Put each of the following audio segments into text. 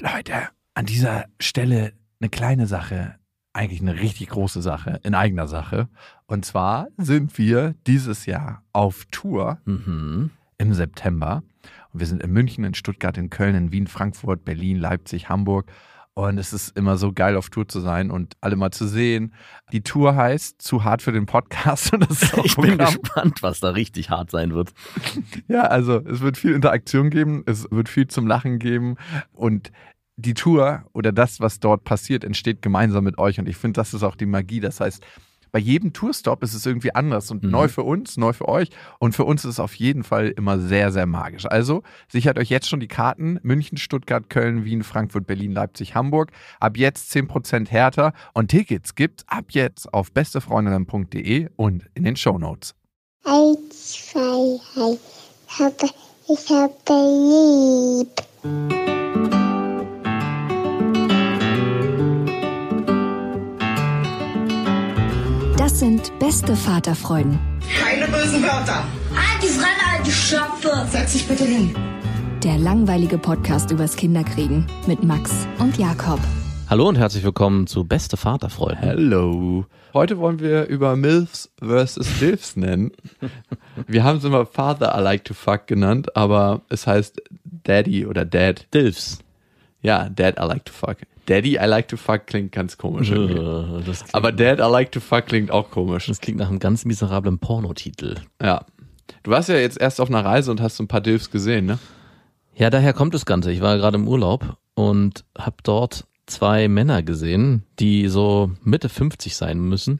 Leute, an dieser Stelle eine kleine Sache, eigentlich eine richtig große Sache, in eigener Sache. Und zwar sind wir dieses Jahr auf Tour im September. Und wir sind in München, in Stuttgart, in Köln, in Wien, Frankfurt, Berlin, Leipzig, Hamburg. Und es ist immer so geil, auf Tour zu sein und alle mal zu sehen. Die Tour heißt Zu hart für den Podcast. Und das ist auch ich bin gespannt, was da richtig hart sein wird. Ja, also es wird viel Interaktion geben, es wird viel zum Lachen geben und die Tour oder das, was dort passiert, entsteht gemeinsam mit euch und ich finde, das ist auch die Magie. Das heißt, bei jedem Tourstop ist es irgendwie anders und neu für uns, neu für euch und für uns ist es auf jeden Fall immer sehr, sehr magisch. Also sichert euch jetzt schon die Karten: München, Stuttgart, Köln, Wien, Frankfurt, Berlin, Leipzig, Hamburg. Ab jetzt 10% härter und Tickets gibt's ab jetzt auf bestefreundinnen.de und in den Shownotes. 1, 2, 3, ich habe lieb. Das sind beste Vaterfreuden. Keine bösen Wörter. Halt die Fremde, alte Schöpfe. Setz dich bitte hin. Der langweilige Podcast übers Kinderkriegen mit Max und Jakob. Hallo und herzlich willkommen zu Beste Vaterfreuden. Hello. Heute wollen wir über MILFs versus DILFs nennen. Wir haben es immer Father I Like to Fuck genannt, aber es heißt Daddy oder Dad. DILFs. Ja, Dad I Like to Fuck. Daddy I Like to Fuck klingt ganz komisch irgendwie. Das Aber Dad I Like to Fuck klingt auch komisch. Das klingt nach einem ganz miserablen Pornotitel. Ja. Du warst ja jetzt erst auf einer Reise und hast so ein paar DILFs gesehen, ne? Ja, daher kommt das Ganze. Ich war gerade im Urlaub und habe dort 2 Männer gesehen, die so Mitte 50 sein müssen.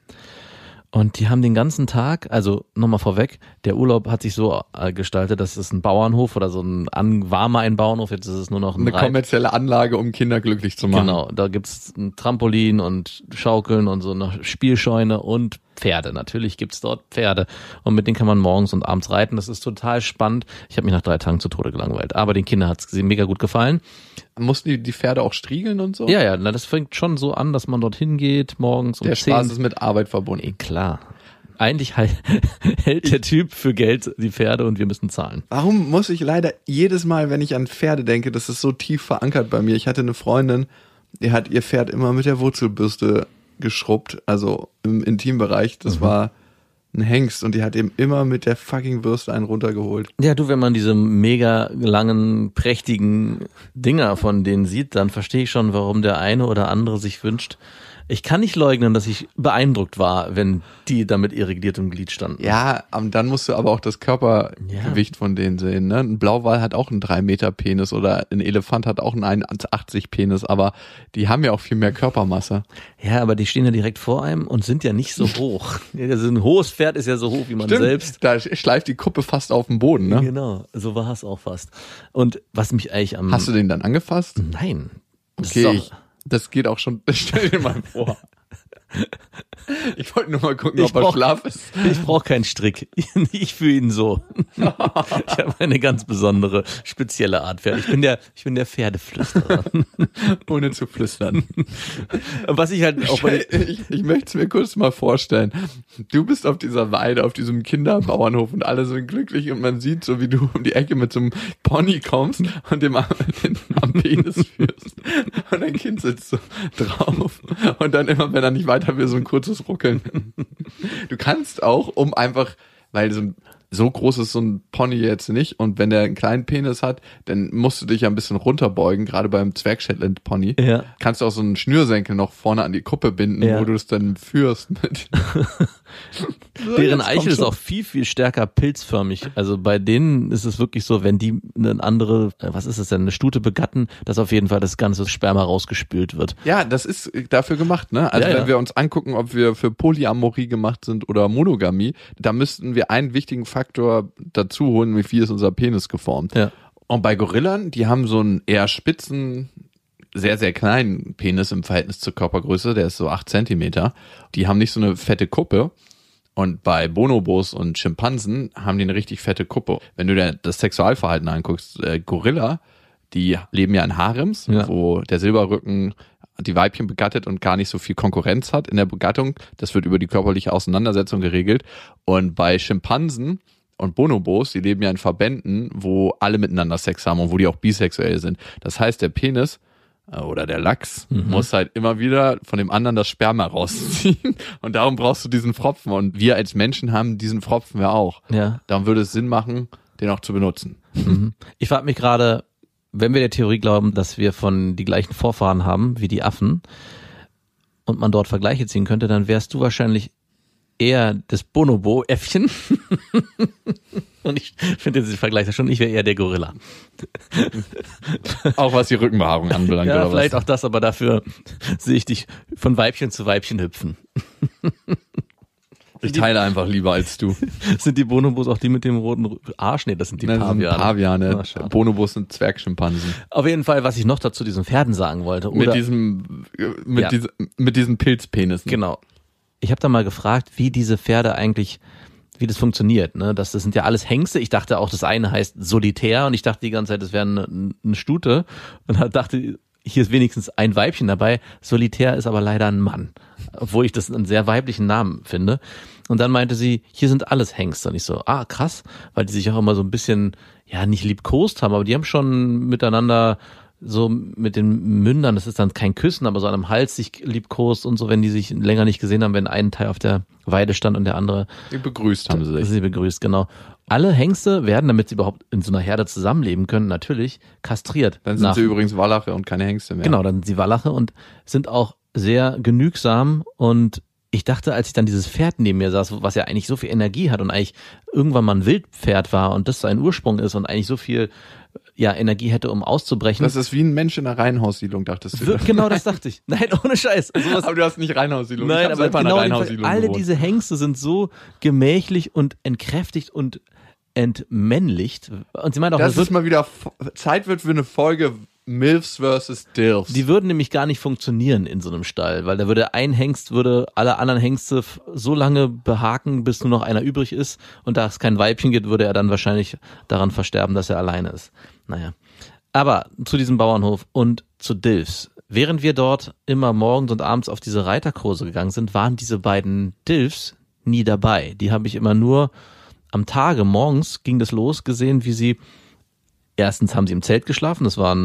Und die haben den ganzen Tag, also nochmal vorweg, der Urlaub hat sich so gestaltet, dass es ein Bauernhof oder so war mal ein Bauernhof, jetzt ist es nur noch eine kommerzielle Anlage, um Kinder glücklich zu machen. Genau, da gibt's ein Trampolin und Schaukeln und so eine Spielscheune und Pferde. Natürlich gibt's dort Pferde und mit denen kann man morgens und abends reiten. Das ist total spannend. Ich habe mich nach 3 Tagen zu Tode gelangweilt, aber den Kindern hat's mega gut gefallen. Mussten die Pferde auch striegeln und so? Ja, das fängt schon so an, dass man dorthin geht morgens um 10. Der Spaß ist mit Arbeit verbunden. Klar. Eigentlich hält der Typ für Geld die Pferde und wir müssen zahlen. Warum muss ich leider jedes Mal, wenn ich an Pferde denke, das ist so tief verankert bei mir. Ich hatte eine Freundin, die hat ihr Pferd immer mit der Wurzelbürste geschrubbt, also im Intimbereich. Das war ein Hengst und die hat ihm immer mit der fucking Bürste einen runtergeholt. Ja, du, wenn man diese mega langen, prächtigen Dinger von denen sieht, dann verstehe ich schon, warum der eine oder andere sich wünscht. Ich kann nicht leugnen, dass ich beeindruckt war, wenn die da mit irrigiertem Glied standen. Ja, dann musst du aber auch das Körpergewicht von denen sehen. Ne? Ein Blauwal hat auch einen 3 Meter Penis oder ein Elefant hat auch einen 1,80 Penis, aber die haben ja auch viel mehr Körpermasse. Ja, aber die stehen ja direkt vor einem und sind ja nicht so hoch. Also ein hohes Pferd ist ja so hoch wie man selbst. Da schleift die Kuppe fast auf den Boden, ne? Genau, so war es auch fast. Und was mich eigentlich am... Hast du den dann angefasst? Nein. Okay, das geht auch schon, stell dir mal vor. Ich wollte nur mal gucken, ob er schlaff ist. Ich brauche keinen Strick. Ich fühle ihn so. Ich habe eine ganz besondere, spezielle Art Pferd. Ich bin der Pferdeflüsterer. Ohne zu flüstern. Was ich halt auch ich möchte es mir kurz mal vorstellen. Du bist auf dieser Weide, auf diesem Kinderbauernhof und alle sind glücklich und man sieht so, wie du um die Ecke mit so einem Pony kommst und dem am Penis führst. Und dein Kind sitzt so drauf und dann immer, wenn er nicht weiter will, so ein kurzes Ruckeln. Du kannst auch, um einfach, weil so groß ist so ein Pony jetzt nicht und wenn der einen kleinen Penis hat, dann musst du dich ja ein bisschen runterbeugen, gerade beim Zwerg-Shetland-Pony. Ja. Kannst du auch so einen Schnürsenkel noch vorne an die Kuppe binden, wo du es dann führst mit. Deren Eichel ist auch viel, viel stärker pilzförmig. Also bei denen ist es wirklich so, wenn die eine andere, was ist es denn, eine Stute begatten, dass auf jeden Fall das ganze Sperma rausgespült wird. Ja, das ist dafür gemacht, ne? Also wenn wir uns angucken, ob wir für Polyamorie gemacht sind oder Monogamie, da müssten wir einen wichtigen Faktor dazu holen, wie viel ist unser Penis geformt. Ja. Und bei Gorillen, die haben so einen eher spitzen, sehr, sehr kleinen Penis im Verhältnis zur Körpergröße, der ist so 8 Zentimeter. Die haben nicht so eine fette Kuppe. Und bei Bonobos und Schimpansen haben die eine richtig fette Kuppe. Wenn du dir das Sexualverhalten anguckst, Gorilla, die leben ja in Harems, wo der Silberrücken die Weibchen begattet und gar nicht so viel Konkurrenz hat in der Begattung. Das wird über die körperliche Auseinandersetzung geregelt. Und bei Schimpansen und Bonobos, die leben ja in Verbänden, wo alle miteinander Sex haben und wo die auch bisexuell sind. Das heißt, der Penis oder der Lachs muss halt immer wieder von dem anderen das Sperma rausziehen und darum brauchst du diesen Pfropfen und wir als Menschen haben diesen Pfropfen ja auch. Ja. Darum würde es Sinn machen, den auch zu benutzen. Ich frage mich gerade, wenn wir der Theorie glauben, dass wir von die gleichen Vorfahren haben wie die Affen und man dort Vergleiche ziehen könnte, dann wärst du wahrscheinlich eher das Bonobo-Äffchen. Und ich finde diesen Vergleich schon, ich wäre eher der Gorilla. Auch was die Rückenbehaarung anbelangt, ja, oder vielleicht was? auch das, aber dafür sehe ich dich von Weibchen zu Weibchen hüpfen. Ich teile einfach lieber als du. Sind die Bonobos auch die mit dem roten Arsch? Nee, das sind die Paviane. Das sind Paviane. Ah, schade. Bonobos sind Zwergschimpansen. Auf jeden Fall, was ich noch dazu diesen Pferden sagen wollte. Oder, Mit diesen Pilzpenissen. Genau. Ich habe da mal gefragt, wie diese Pferde eigentlich, wie das funktioniert. Ne? Das sind ja alles Hengste. Ich dachte auch, das eine heißt Solitär und ich dachte die ganze Zeit, das wäre eine Stute. Und dann dachte, hier ist wenigstens ein Weibchen dabei. Solitär ist aber leider ein Mann. Obwohl ich das einen sehr weiblichen Namen finde. Und dann meinte sie, hier sind alles Hengste. Und ich so, krass, weil die sich auch immer so ein bisschen, ja, nicht liebkost haben, aber die haben schon miteinander so mit den Mündern, das ist dann kein Küssen, aber so an einem Hals sich liebkost und so, wenn die sich länger nicht gesehen haben, wenn ein Teil auf der Weide stand und der andere. Begrüßt haben sie sich. Sie begrüßt, genau. Alle Hengste werden, damit sie überhaupt in so einer Herde zusammenleben können, natürlich kastriert. Dann sind sie übrigens Wallache und keine Hengste mehr. Genau, dann sind sie Wallache und sind auch sehr genügsam und ich dachte, als ich dann dieses Pferd neben mir saß, was ja eigentlich so viel Energie hat und eigentlich irgendwann mal ein Wildpferd war und das sein Ursprung ist und eigentlich so viel Energie hätte, um auszubrechen. Das ist wie ein Mensch in einer Reihenhaussiedlung, dachtest du. Genau, das dachte ich. Nein, ohne Scheiß. Aber du hast nicht Reihenhaussiedlung. Nein, aber genau, alle diese Hengste sind so gemächlich und entkräftigt und entmännlicht. Und sie meint auch, das ist mal wieder Zeit wird für eine Folge Milfs versus Dilfs. Die würden nämlich gar nicht funktionieren in so einem Stall, weil da würde ein Hengst alle anderen Hengste so lange behaken, bis nur noch einer übrig ist und da es kein Weibchen gibt, würde er dann wahrscheinlich daran versterben, dass er alleine ist. Naja. Aber zu diesem Bauernhof und zu Dilfs. Während wir dort immer morgens und abends auf diese Reiterkurse gegangen sind, waren diese beiden Dilfs nie dabei. Die habe ich immer nur am Tage morgens ging das los, gesehen, wie sie erstens haben sie im Zelt geschlafen, das war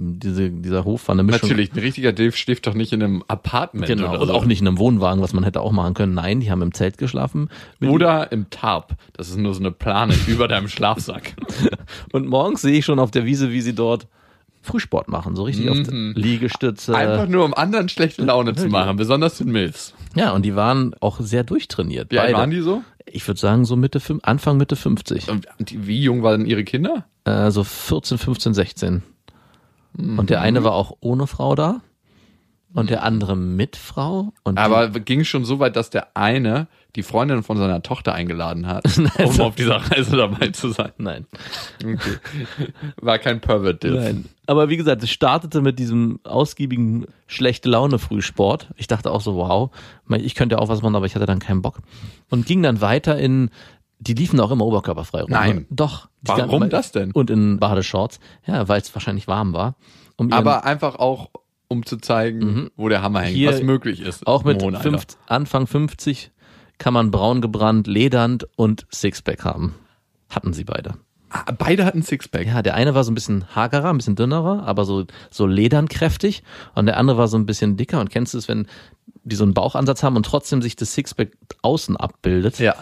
dieser Hof war eine Mischung. Natürlich, ein richtiger Dilf schläft doch nicht in einem Apartment genau, oder und so. auch nicht in einem Wohnwagen, was man hätte auch machen können. Nein, die haben im Zelt geschlafen. Oder im Tarp. Das ist nur so eine Plane über deinem Schlafsack. Und morgens sehe ich schon auf der Wiese, wie sie dort Frühsport machen, so richtig auf der Liegestütze. Einfach nur, um anderen schlechte Laune zu machen, besonders den Milfs. Ja, und die waren auch sehr durchtrainiert. Wie alt waren die so? Ich würde sagen so Anfang Mitte 50. Und wie jung waren ihre Kinder? So 14, 15, 16. Und der eine war auch ohne Frau da und der andere mit Frau. Aber ging schon so weit, dass der eine die Freundin von seiner Tochter eingeladen hat, um auf dieser Reise dabei zu sein? Nein. Okay. War kein Pervert-Dilf. Nein. Aber wie gesagt, es startete mit diesem ausgiebigen Schlechte-Laune-Frühsport. Ich dachte auch so, wow, ich könnte auch was machen, aber ich hatte dann keinen Bock. Und ging dann weiter die liefen auch immer oberkörperfrei rum. Nein. Doch. Warum das denn? Und in Badeshorts. Ja, weil es wahrscheinlich warm war. Aber einfach auch, um zu zeigen, wo der Hammer hängt, was möglich ist. Auch mit Anfang 50 kann man braun gebrannt, ledernd und Sixpack haben. Hatten sie beide. Beide hatten Sixpack? Ja, der eine war so ein bisschen hagerer, ein bisschen dünnerer, aber so ledern kräftig. Und der andere war so ein bisschen dicker. Und kennst du es, wenn die so einen Bauchansatz haben und trotzdem sich das Sixpack außen abbildet? Ja.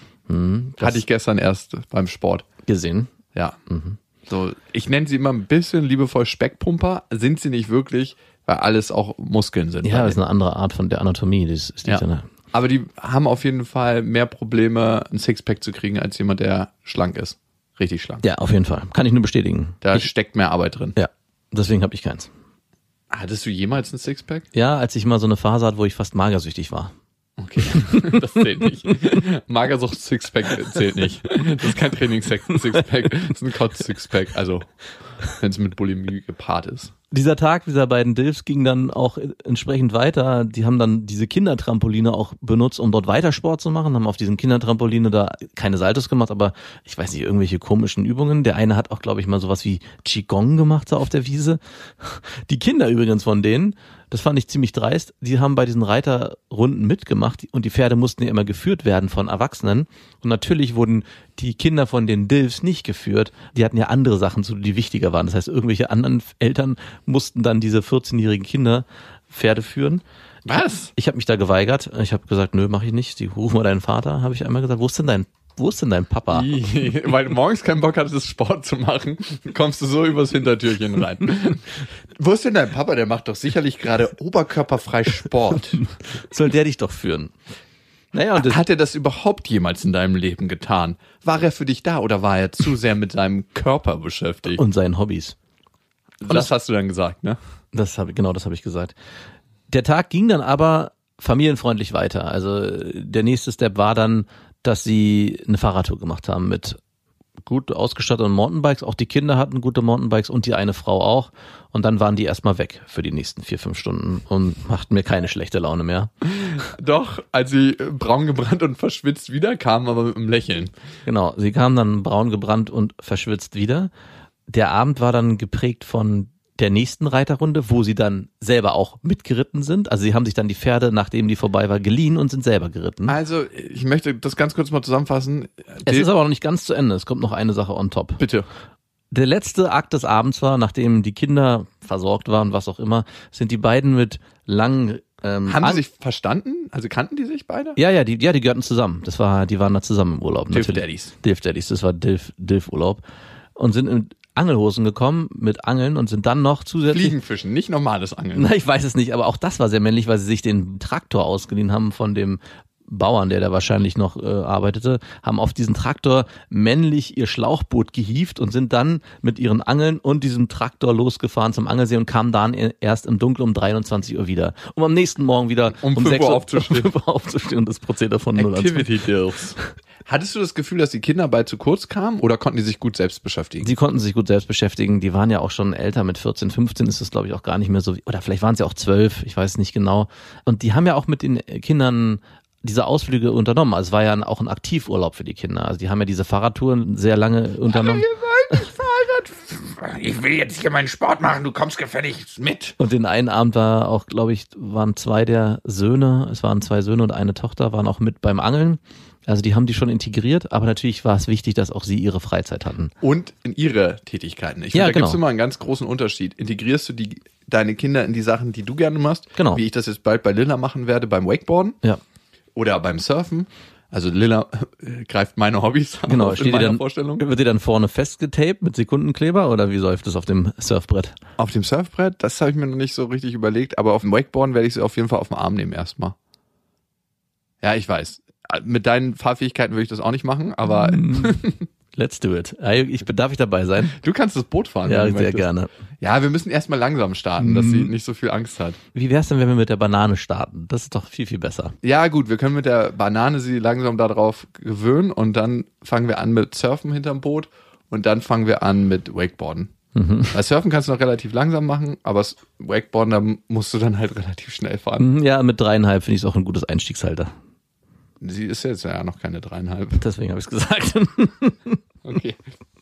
Hatte ich gestern erst beim Sport gesehen. Ja. So, ich nenne sie immer ein bisschen liebevoll Speckpumper, sind sie nicht wirklich, weil alles auch Muskeln sind. Ja, das ist eine andere Art von der Anatomie. Das ist aber die haben auf jeden Fall mehr Probleme, ein Sixpack zu kriegen, als jemand, der schlank ist. Richtig schlank. Ja, auf jeden Fall. Kann ich nur bestätigen. Da steckt mehr Arbeit drin. Ja, deswegen habe ich keins. Hattest du jemals ein Sixpack? Ja, als ich mal so eine Phase hatte, wo ich fast magersüchtig war. Okay, das zählt nicht. Magersucht Sixpack zählt nicht. Das ist kein Trainings-Sixpack, das ist ein Kotz-Sixpack. Also, wenn es mit Bulimie gepaart ist. Dieser Tag dieser beiden Dilfs ging dann auch entsprechend weiter. Die haben dann diese Kindertrampoline auch benutzt, um dort weiter Sport zu machen. Haben auf diesen Kindertrampoline da keine Saltos gemacht, aber ich weiß nicht, irgendwelche komischen Übungen. Der eine hat auch, glaube ich, mal sowas wie Qigong gemacht da auf der Wiese. Die Kinder übrigens von denen das fand ich ziemlich dreist, die haben bei diesen Reiterrunden mitgemacht und die Pferde mussten ja immer geführt werden von Erwachsenen. Und natürlich wurden die Kinder von den Dilfs nicht geführt. Die hatten ja andere Sachen, die wichtiger waren. Das heißt, irgendwelche anderen Eltern mussten dann diese 14-jährigen Kinder Pferde führen. Was? Ich habe mich da geweigert. Ich habe gesagt, nö, mache ich nicht. Die rufen mal deinen Vater, habe ich einmal gesagt. Wo ist denn dein Papa? Weil du morgens keinen Bock hattest, Sport zu machen, kommst du so übers Hintertürchen rein. Wo ist denn dein Papa? Der macht doch sicherlich gerade oberkörperfrei Sport. Soll der dich doch führen? Naja, und hat er das überhaupt jemals in deinem Leben getan? War er für dich da oder war er zu sehr mit seinem Körper beschäftigt? Und seinen Hobbys. Und das hast du dann gesagt, ne? Das habe ich gesagt. Der Tag ging dann aber familienfreundlich weiter. Also der nächste Step war dann, dass sie eine Fahrradtour gemacht haben mit gut ausgestatteten Mountainbikes. Auch die Kinder hatten gute Mountainbikes und die eine Frau auch. Und dann waren die erstmal weg für die nächsten 4-5 Stunden und machten mir keine schlechte Laune mehr. Doch, als sie braun gebrannt und verschwitzt wiederkamen, aber mit einem Lächeln. Genau, sie kamen dann braun gebrannt und verschwitzt wieder. Der Abend war dann geprägt von der nächsten Reiterrunde, wo sie dann selber auch mitgeritten sind. Also sie haben sich dann die Pferde, nachdem die vorbei war, geliehen und sind selber geritten. Also ich möchte das ganz kurz mal zusammenfassen. Es ist aber noch nicht ganz zu Ende. Es kommt noch eine Sache on top. Bitte. Der letzte Akt des Abends war, nachdem die Kinder versorgt waren, was auch immer, sind die beiden mit langen haben die sich verstanden? Also kannten die sich beide? Ja, die gehörten zusammen. Die waren da zusammen im Urlaub. Dilf Daddies. Dilf Daddies, das war Dilf-Urlaub. Und sind in Angelhosen gekommen mit Angeln und sind dann noch zusätzlich... Fliegenfischen, nicht normales Angeln. Na, ich weiß es nicht, aber auch das war sehr männlich, weil sie sich den Traktor ausgeliehen haben von dem Bauern, der da wahrscheinlich noch arbeitete, haben auf diesen Traktor männlich ihr Schlauchboot gehievt und sind dann mit ihren Angeln und diesem Traktor losgefahren zum Angelsee und kamen dann erst im Dunkeln um 23 Uhr wieder. Um am nächsten Morgen wieder um 6 Uhr aufzustehen und das Prozedere von 0 an 2. Dilfs. Hattest du das Gefühl, dass die Kinder bald zu kurz kamen oder konnten die sich gut selbst beschäftigen? Sie konnten sich gut selbst beschäftigen. Die waren ja auch schon älter, mit 14, 15 ist das glaube ich auch gar nicht mehr so, oder vielleicht waren sie auch 12, ich weiß nicht genau. Und die haben ja auch mit den Kindern diese Ausflüge unternommen. Also es war ja auch ein Aktivurlaub für die Kinder. Also die haben ja diese Fahrradtouren sehr lange unternommen. Ich will jetzt hier meinen Sport machen, du kommst gefälligst mit. Und den einen Abend war auch, glaube ich, waren 2 der Söhne, es waren 2 Söhne und eine Tochter, waren auch mit beim Angeln. Also die haben die schon integriert, aber natürlich war es wichtig, dass auch sie ihre Freizeit hatten. Und in ihre Tätigkeiten. Ich finde, da gibt es immer einen ganz großen Unterschied. Integrierst du deine Kinder in die Sachen, die du gerne machst? Genau. Wie ich das jetzt bald bei Lilla machen werde, beim Wakeboarden? Ja. Oder beim Surfen? Also Lilla greift meine Hobbys an. Genau, in meiner Vorstellung. Wird die dann vorne festgetaped mit Sekundenkleber oder wie läuft das auf dem Surfbrett? Auf dem Surfbrett? Das habe ich mir noch nicht so richtig überlegt, aber auf dem Wakeboarden werde ich sie auf jeden Fall auf den Arm nehmen erstmal. Ja, ich weiß. Mit deinen Fahrfähigkeiten würde ich das auch nicht machen, aber let's do it. Darf ich dabei sein? Du kannst das Boot fahren. Ja, sehr gerne. Ja, wir müssen erstmal langsam starten, dass sie nicht so viel Angst hat. Wie wär's denn, wenn wir mit der Banane starten? Das ist doch viel, viel besser. Ja, gut, wir können mit der Banane sie langsam darauf gewöhnen und dann fangen wir an mit Surfen hinterm Boot und dann fangen wir an mit Wakeboarden. Bei Surfen kannst du noch relativ langsam machen, aber das Wakeboarden, da musst du dann halt relativ schnell fahren. Ja, mit 3,5 finde ich es auch ein gutes Einstiegshalter. Sie ist jetzt ja noch keine 3,5. Deswegen habe ich es gesagt. Okay.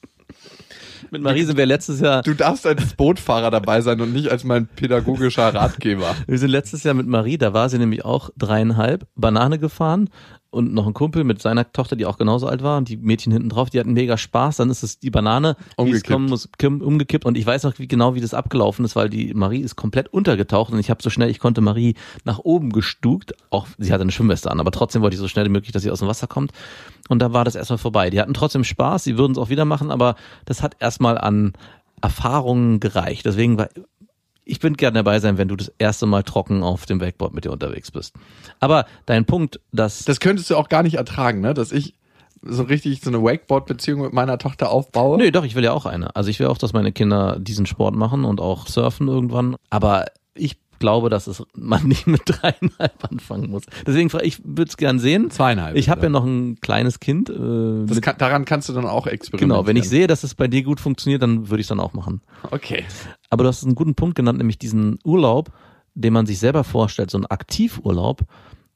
Mit Marie sind wir letztes Jahr... Du darfst als Bootfahrer dabei sein und nicht als mein pädagogischer Ratgeber. Wir sind letztes Jahr mit Marie, da war sie nämlich auch 3,5, Banane gefahren und noch ein Kumpel mit seiner Tochter, die auch genauso alt war, und die Mädchen hinten drauf, die hatten mega Spaß, dann ist es die Banane, wie es kommen muss, umgekippt und ich weiß noch genau, wie das abgelaufen ist, weil die Marie ist komplett untergetaucht und ich habe so schnell ich konnte Marie nach oben gestuckt, auch sie hatte eine Schwimmweste an, aber trotzdem wollte ich so schnell wie möglich, dass sie aus dem Wasser kommt und da war das erstmal vorbei. Die hatten trotzdem Spaß, sie würden es auch wieder machen, aber das hat erstmal an Erfahrungen gereicht, deswegen war ich bin gerne dabei sein, wenn du das erste Mal trocken auf dem Wakeboard mit dir unterwegs bist. Aber dein Punkt, dass... Das könntest du auch gar nicht ertragen, ne? Dass ich so richtig so eine Wakeboard-Beziehung mit meiner Tochter aufbaue. Nee, doch, ich will ja auch eine. Also ich will auch, dass meine Kinder diesen Sport machen und auch surfen irgendwann. Aber ich glaube, dass man nicht mit 3,5 anfangen muss. Deswegen, ich würde es gern sehen. 2,5. Ich habe ja noch ein kleines Kind. Daran kannst du dann auch experimentieren. Genau, wenn ich sehe, dass es bei dir gut funktioniert, dann würde ich es dann auch machen. Okay. Aber du hast einen guten Punkt genannt, nämlich diesen Urlaub, den man sich selber vorstellt, so ein Aktivurlaub,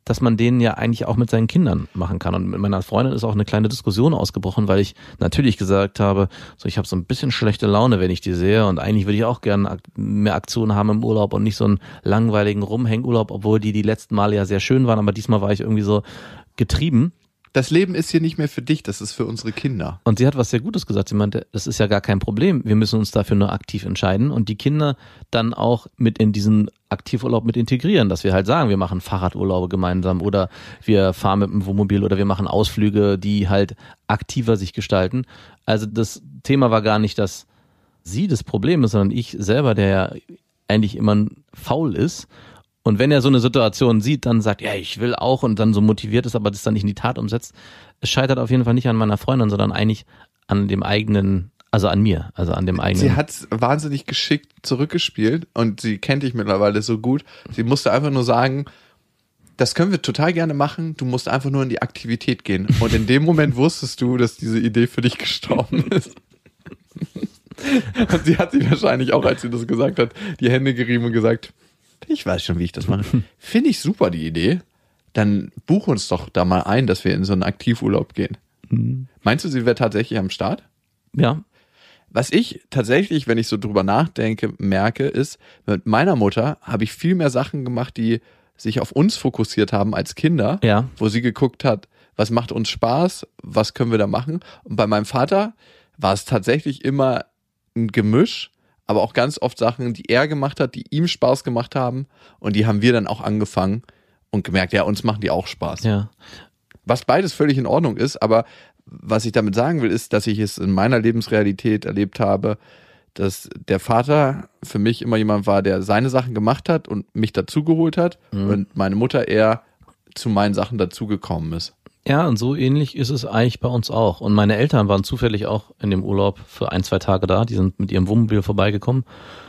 dass man den ja eigentlich auch mit seinen Kindern machen kann. Und mit meiner Freundin ist auch eine kleine Diskussion ausgebrochen, weil ich natürlich gesagt habe, so ich habe so ein bisschen schlechte Laune, wenn ich die sehe und eigentlich würde ich auch gerne mehr Aktionen haben im Urlaub und nicht so einen langweiligen Rumhängurlaub, obwohl die letzten Male ja sehr schön waren, aber diesmal war ich irgendwie so getrieben. Das Leben ist hier nicht mehr für dich, das ist für unsere Kinder. Und sie hat was sehr Gutes gesagt. Sie meinte, das ist ja gar kein Problem. Wir müssen uns dafür nur aktiv entscheiden und die Kinder dann auch mit in diesen Aktivurlaub mit integrieren, dass wir halt sagen, wir machen Fahrradurlaube gemeinsam oder wir fahren mit dem Wohnmobil oder wir machen Ausflüge, die halt aktiver sich gestalten. Also das Thema war gar nicht, dass sie das Problem ist, sondern ich selber, der ja eigentlich immer faul ist. Und wenn er so eine Situation sieht, dann sagt, ja, ich will auch und dann so motiviert ist, aber das dann nicht in die Tat umsetzt. Es scheitert auf jeden Fall nicht an meiner Freundin, sondern eigentlich an dem eigenen, also an mir, also an dem eigenen. Sie hat's wahnsinnig geschickt zurückgespielt und sie kennt dich mittlerweile so gut. Sie musste einfach nur sagen, das können wir total gerne machen, du musst einfach nur in die Aktivität gehen. Und in dem Moment wusstest du, dass diese Idee für dich gestorben ist. Und sie hat sich wahrscheinlich auch, als sie das gesagt hat, die Hände gerieben und gesagt, ich weiß schon, wie ich das mache. Finde ich super, die Idee. Dann buch uns doch da mal ein, dass wir in so einen Aktivurlaub gehen. Meinst du, sie wäre tatsächlich am Start? Ja. Was ich tatsächlich, wenn ich so drüber nachdenke, merke, ist, mit meiner Mutter habe ich viel mehr Sachen gemacht, die sich auf uns fokussiert haben als Kinder, ja. Wo sie geguckt hat, was macht uns Spaß, was können wir da machen. Und bei meinem Vater war es tatsächlich immer ein Gemisch, aber auch ganz oft Sachen, die er gemacht hat, die ihm Spaß gemacht haben und die haben wir dann auch angefangen und gemerkt, ja, uns machen die auch Spaß. Ja. Was beides völlig in Ordnung ist, aber was ich damit sagen will, ist, dass ich es in meiner Lebensrealität erlebt habe, dass der Vater für mich immer jemand war, der seine Sachen gemacht hat und mich dazugeholt hat und meine Mutter eher zu meinen Sachen dazugekommen ist. Ja, und so ähnlich ist es eigentlich bei uns auch. Und meine Eltern waren zufällig auch in dem Urlaub für 1-2 Tage da. Die sind mit ihrem Wohnmobil vorbeigekommen.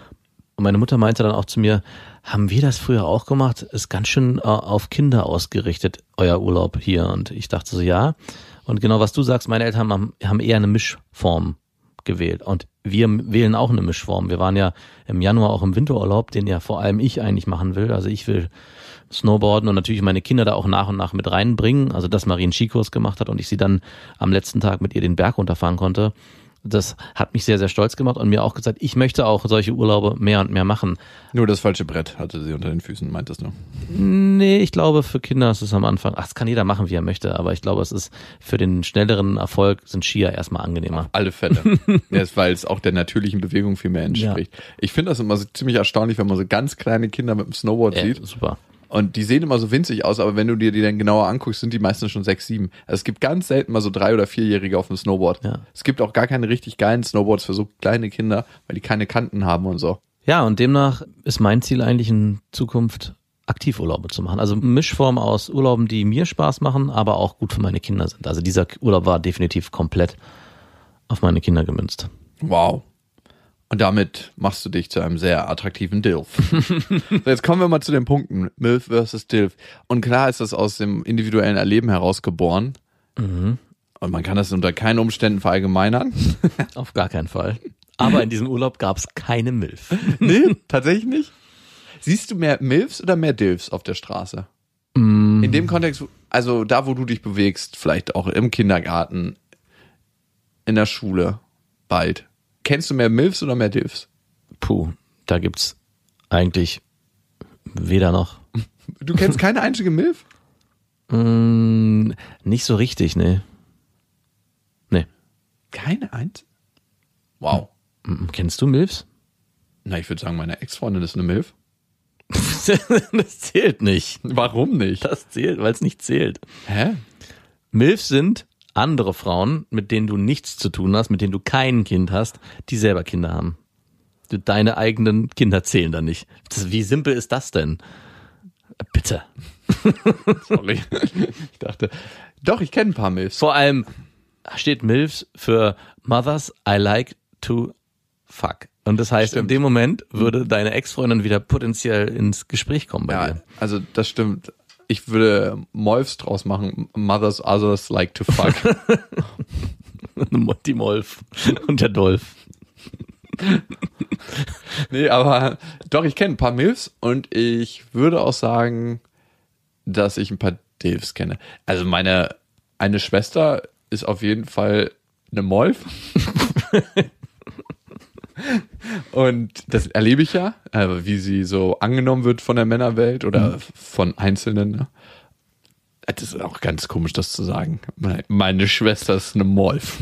Und meine Mutter meinte dann auch zu mir, haben wir das früher auch gemacht? Ist ganz schön auf Kinder ausgerichtet, euer Urlaub hier. Und ich dachte so, ja. Und genau was du sagst, meine Eltern haben eher eine Mischform gewählt. Und wir wählen auch eine Mischform. Wir waren ja im Januar auch im Winterurlaub, den ja vor allem ich eigentlich machen will. Also ich will Snowboarden und natürlich meine Kinder da auch nach und nach mit reinbringen. Also dass Marie einen Skikurs gemacht hat und ich sie dann am letzten Tag mit ihr den Berg runterfahren konnte. Das hat mich sehr, sehr stolz gemacht und mir auch gesagt, ich möchte auch solche Urlaube mehr und mehr machen. Nur das falsche Brett hatte sie unter den Füßen, meintest du? Nee, ich glaube, für Kinder ist es am Anfang, das kann jeder machen, wie er möchte, aber ich glaube, es ist für den schnelleren Erfolg sind Skier erstmal angenehmer. Auf alle Fälle. Ja, weil es auch der natürlichen Bewegung viel mehr entspricht. Ja. Ich finde das immer so ziemlich erstaunlich, wenn man so ganz kleine Kinder mit dem Snowboard sieht. Super. Und die sehen immer so winzig aus, aber wenn du dir die dann genauer anguckst, sind die meistens schon 6, 7. Also es gibt ganz selten mal so 3- oder 4-Jährige auf dem Snowboard. Ja. Es gibt auch gar keine richtig geilen Snowboards für so kleine Kinder, weil die keine Kanten haben und so. Ja, und demnach ist mein Ziel eigentlich in Zukunft Aktivurlaube zu machen. Also Mischform aus Urlauben, die mir Spaß machen, aber auch gut für meine Kinder sind. Also dieser Urlaub war definitiv komplett auf meine Kinder gemünzt. Wow. Und damit machst du dich zu einem sehr attraktiven Dilf. So, jetzt kommen wir mal zu den Punkten. MILF versus Dilf. Und klar ist das aus dem individuellen Erleben heraus geboren. Und man kann das unter keinen Umständen verallgemeinern. Auf gar keinen Fall. Aber in diesem Urlaub gab es keine MILF. Nee, tatsächlich nicht? Siehst du mehr MILFs oder mehr Dilfs auf der Straße? In dem Kontext, also da, wo du dich bewegst, vielleicht auch im Kindergarten, in der Schule, bald. Kennst du mehr MILFs oder mehr Dilfs? Puh, da gibt's eigentlich weder noch. Du kennst keine einzige MILF? Nicht so richtig, ne. Nee. Keine einzige? Wow. Kennst du MILFs? Na, ich würde sagen, meine Ex-Freundin ist eine MILF. Das zählt nicht. Warum nicht? Das zählt, weil es nicht zählt. Hä? MILFs sind andere Frauen, mit denen du nichts zu tun hast, mit denen du kein Kind hast, die selber Kinder haben. Deine eigenen Kinder zählen da nicht. Wie simpel ist das denn? Bitte. Sorry. Ich dachte, doch, ich kenne ein paar MILFs. Vor allem steht MILFs für Mothers I like to fuck. Und das heißt, in dem Moment würde deine Ex-Freundin wieder potenziell ins Gespräch kommen bei dir. Also das stimmt. Ich würde Molfs draus machen. Mothers others like to fuck. Die Molf und der Dolf. Nee, aber doch, ich kenne ein paar MILFs und ich würde auch sagen, dass ich ein paar Dilfs kenne. Also eine Schwester ist auf jeden Fall eine Molf. Und das erlebe ich ja, wie sie so angenommen wird von der Männerwelt oder von Einzelnen. Ne? Das ist auch ganz komisch, das zu sagen. Meine Schwester ist eine Molf.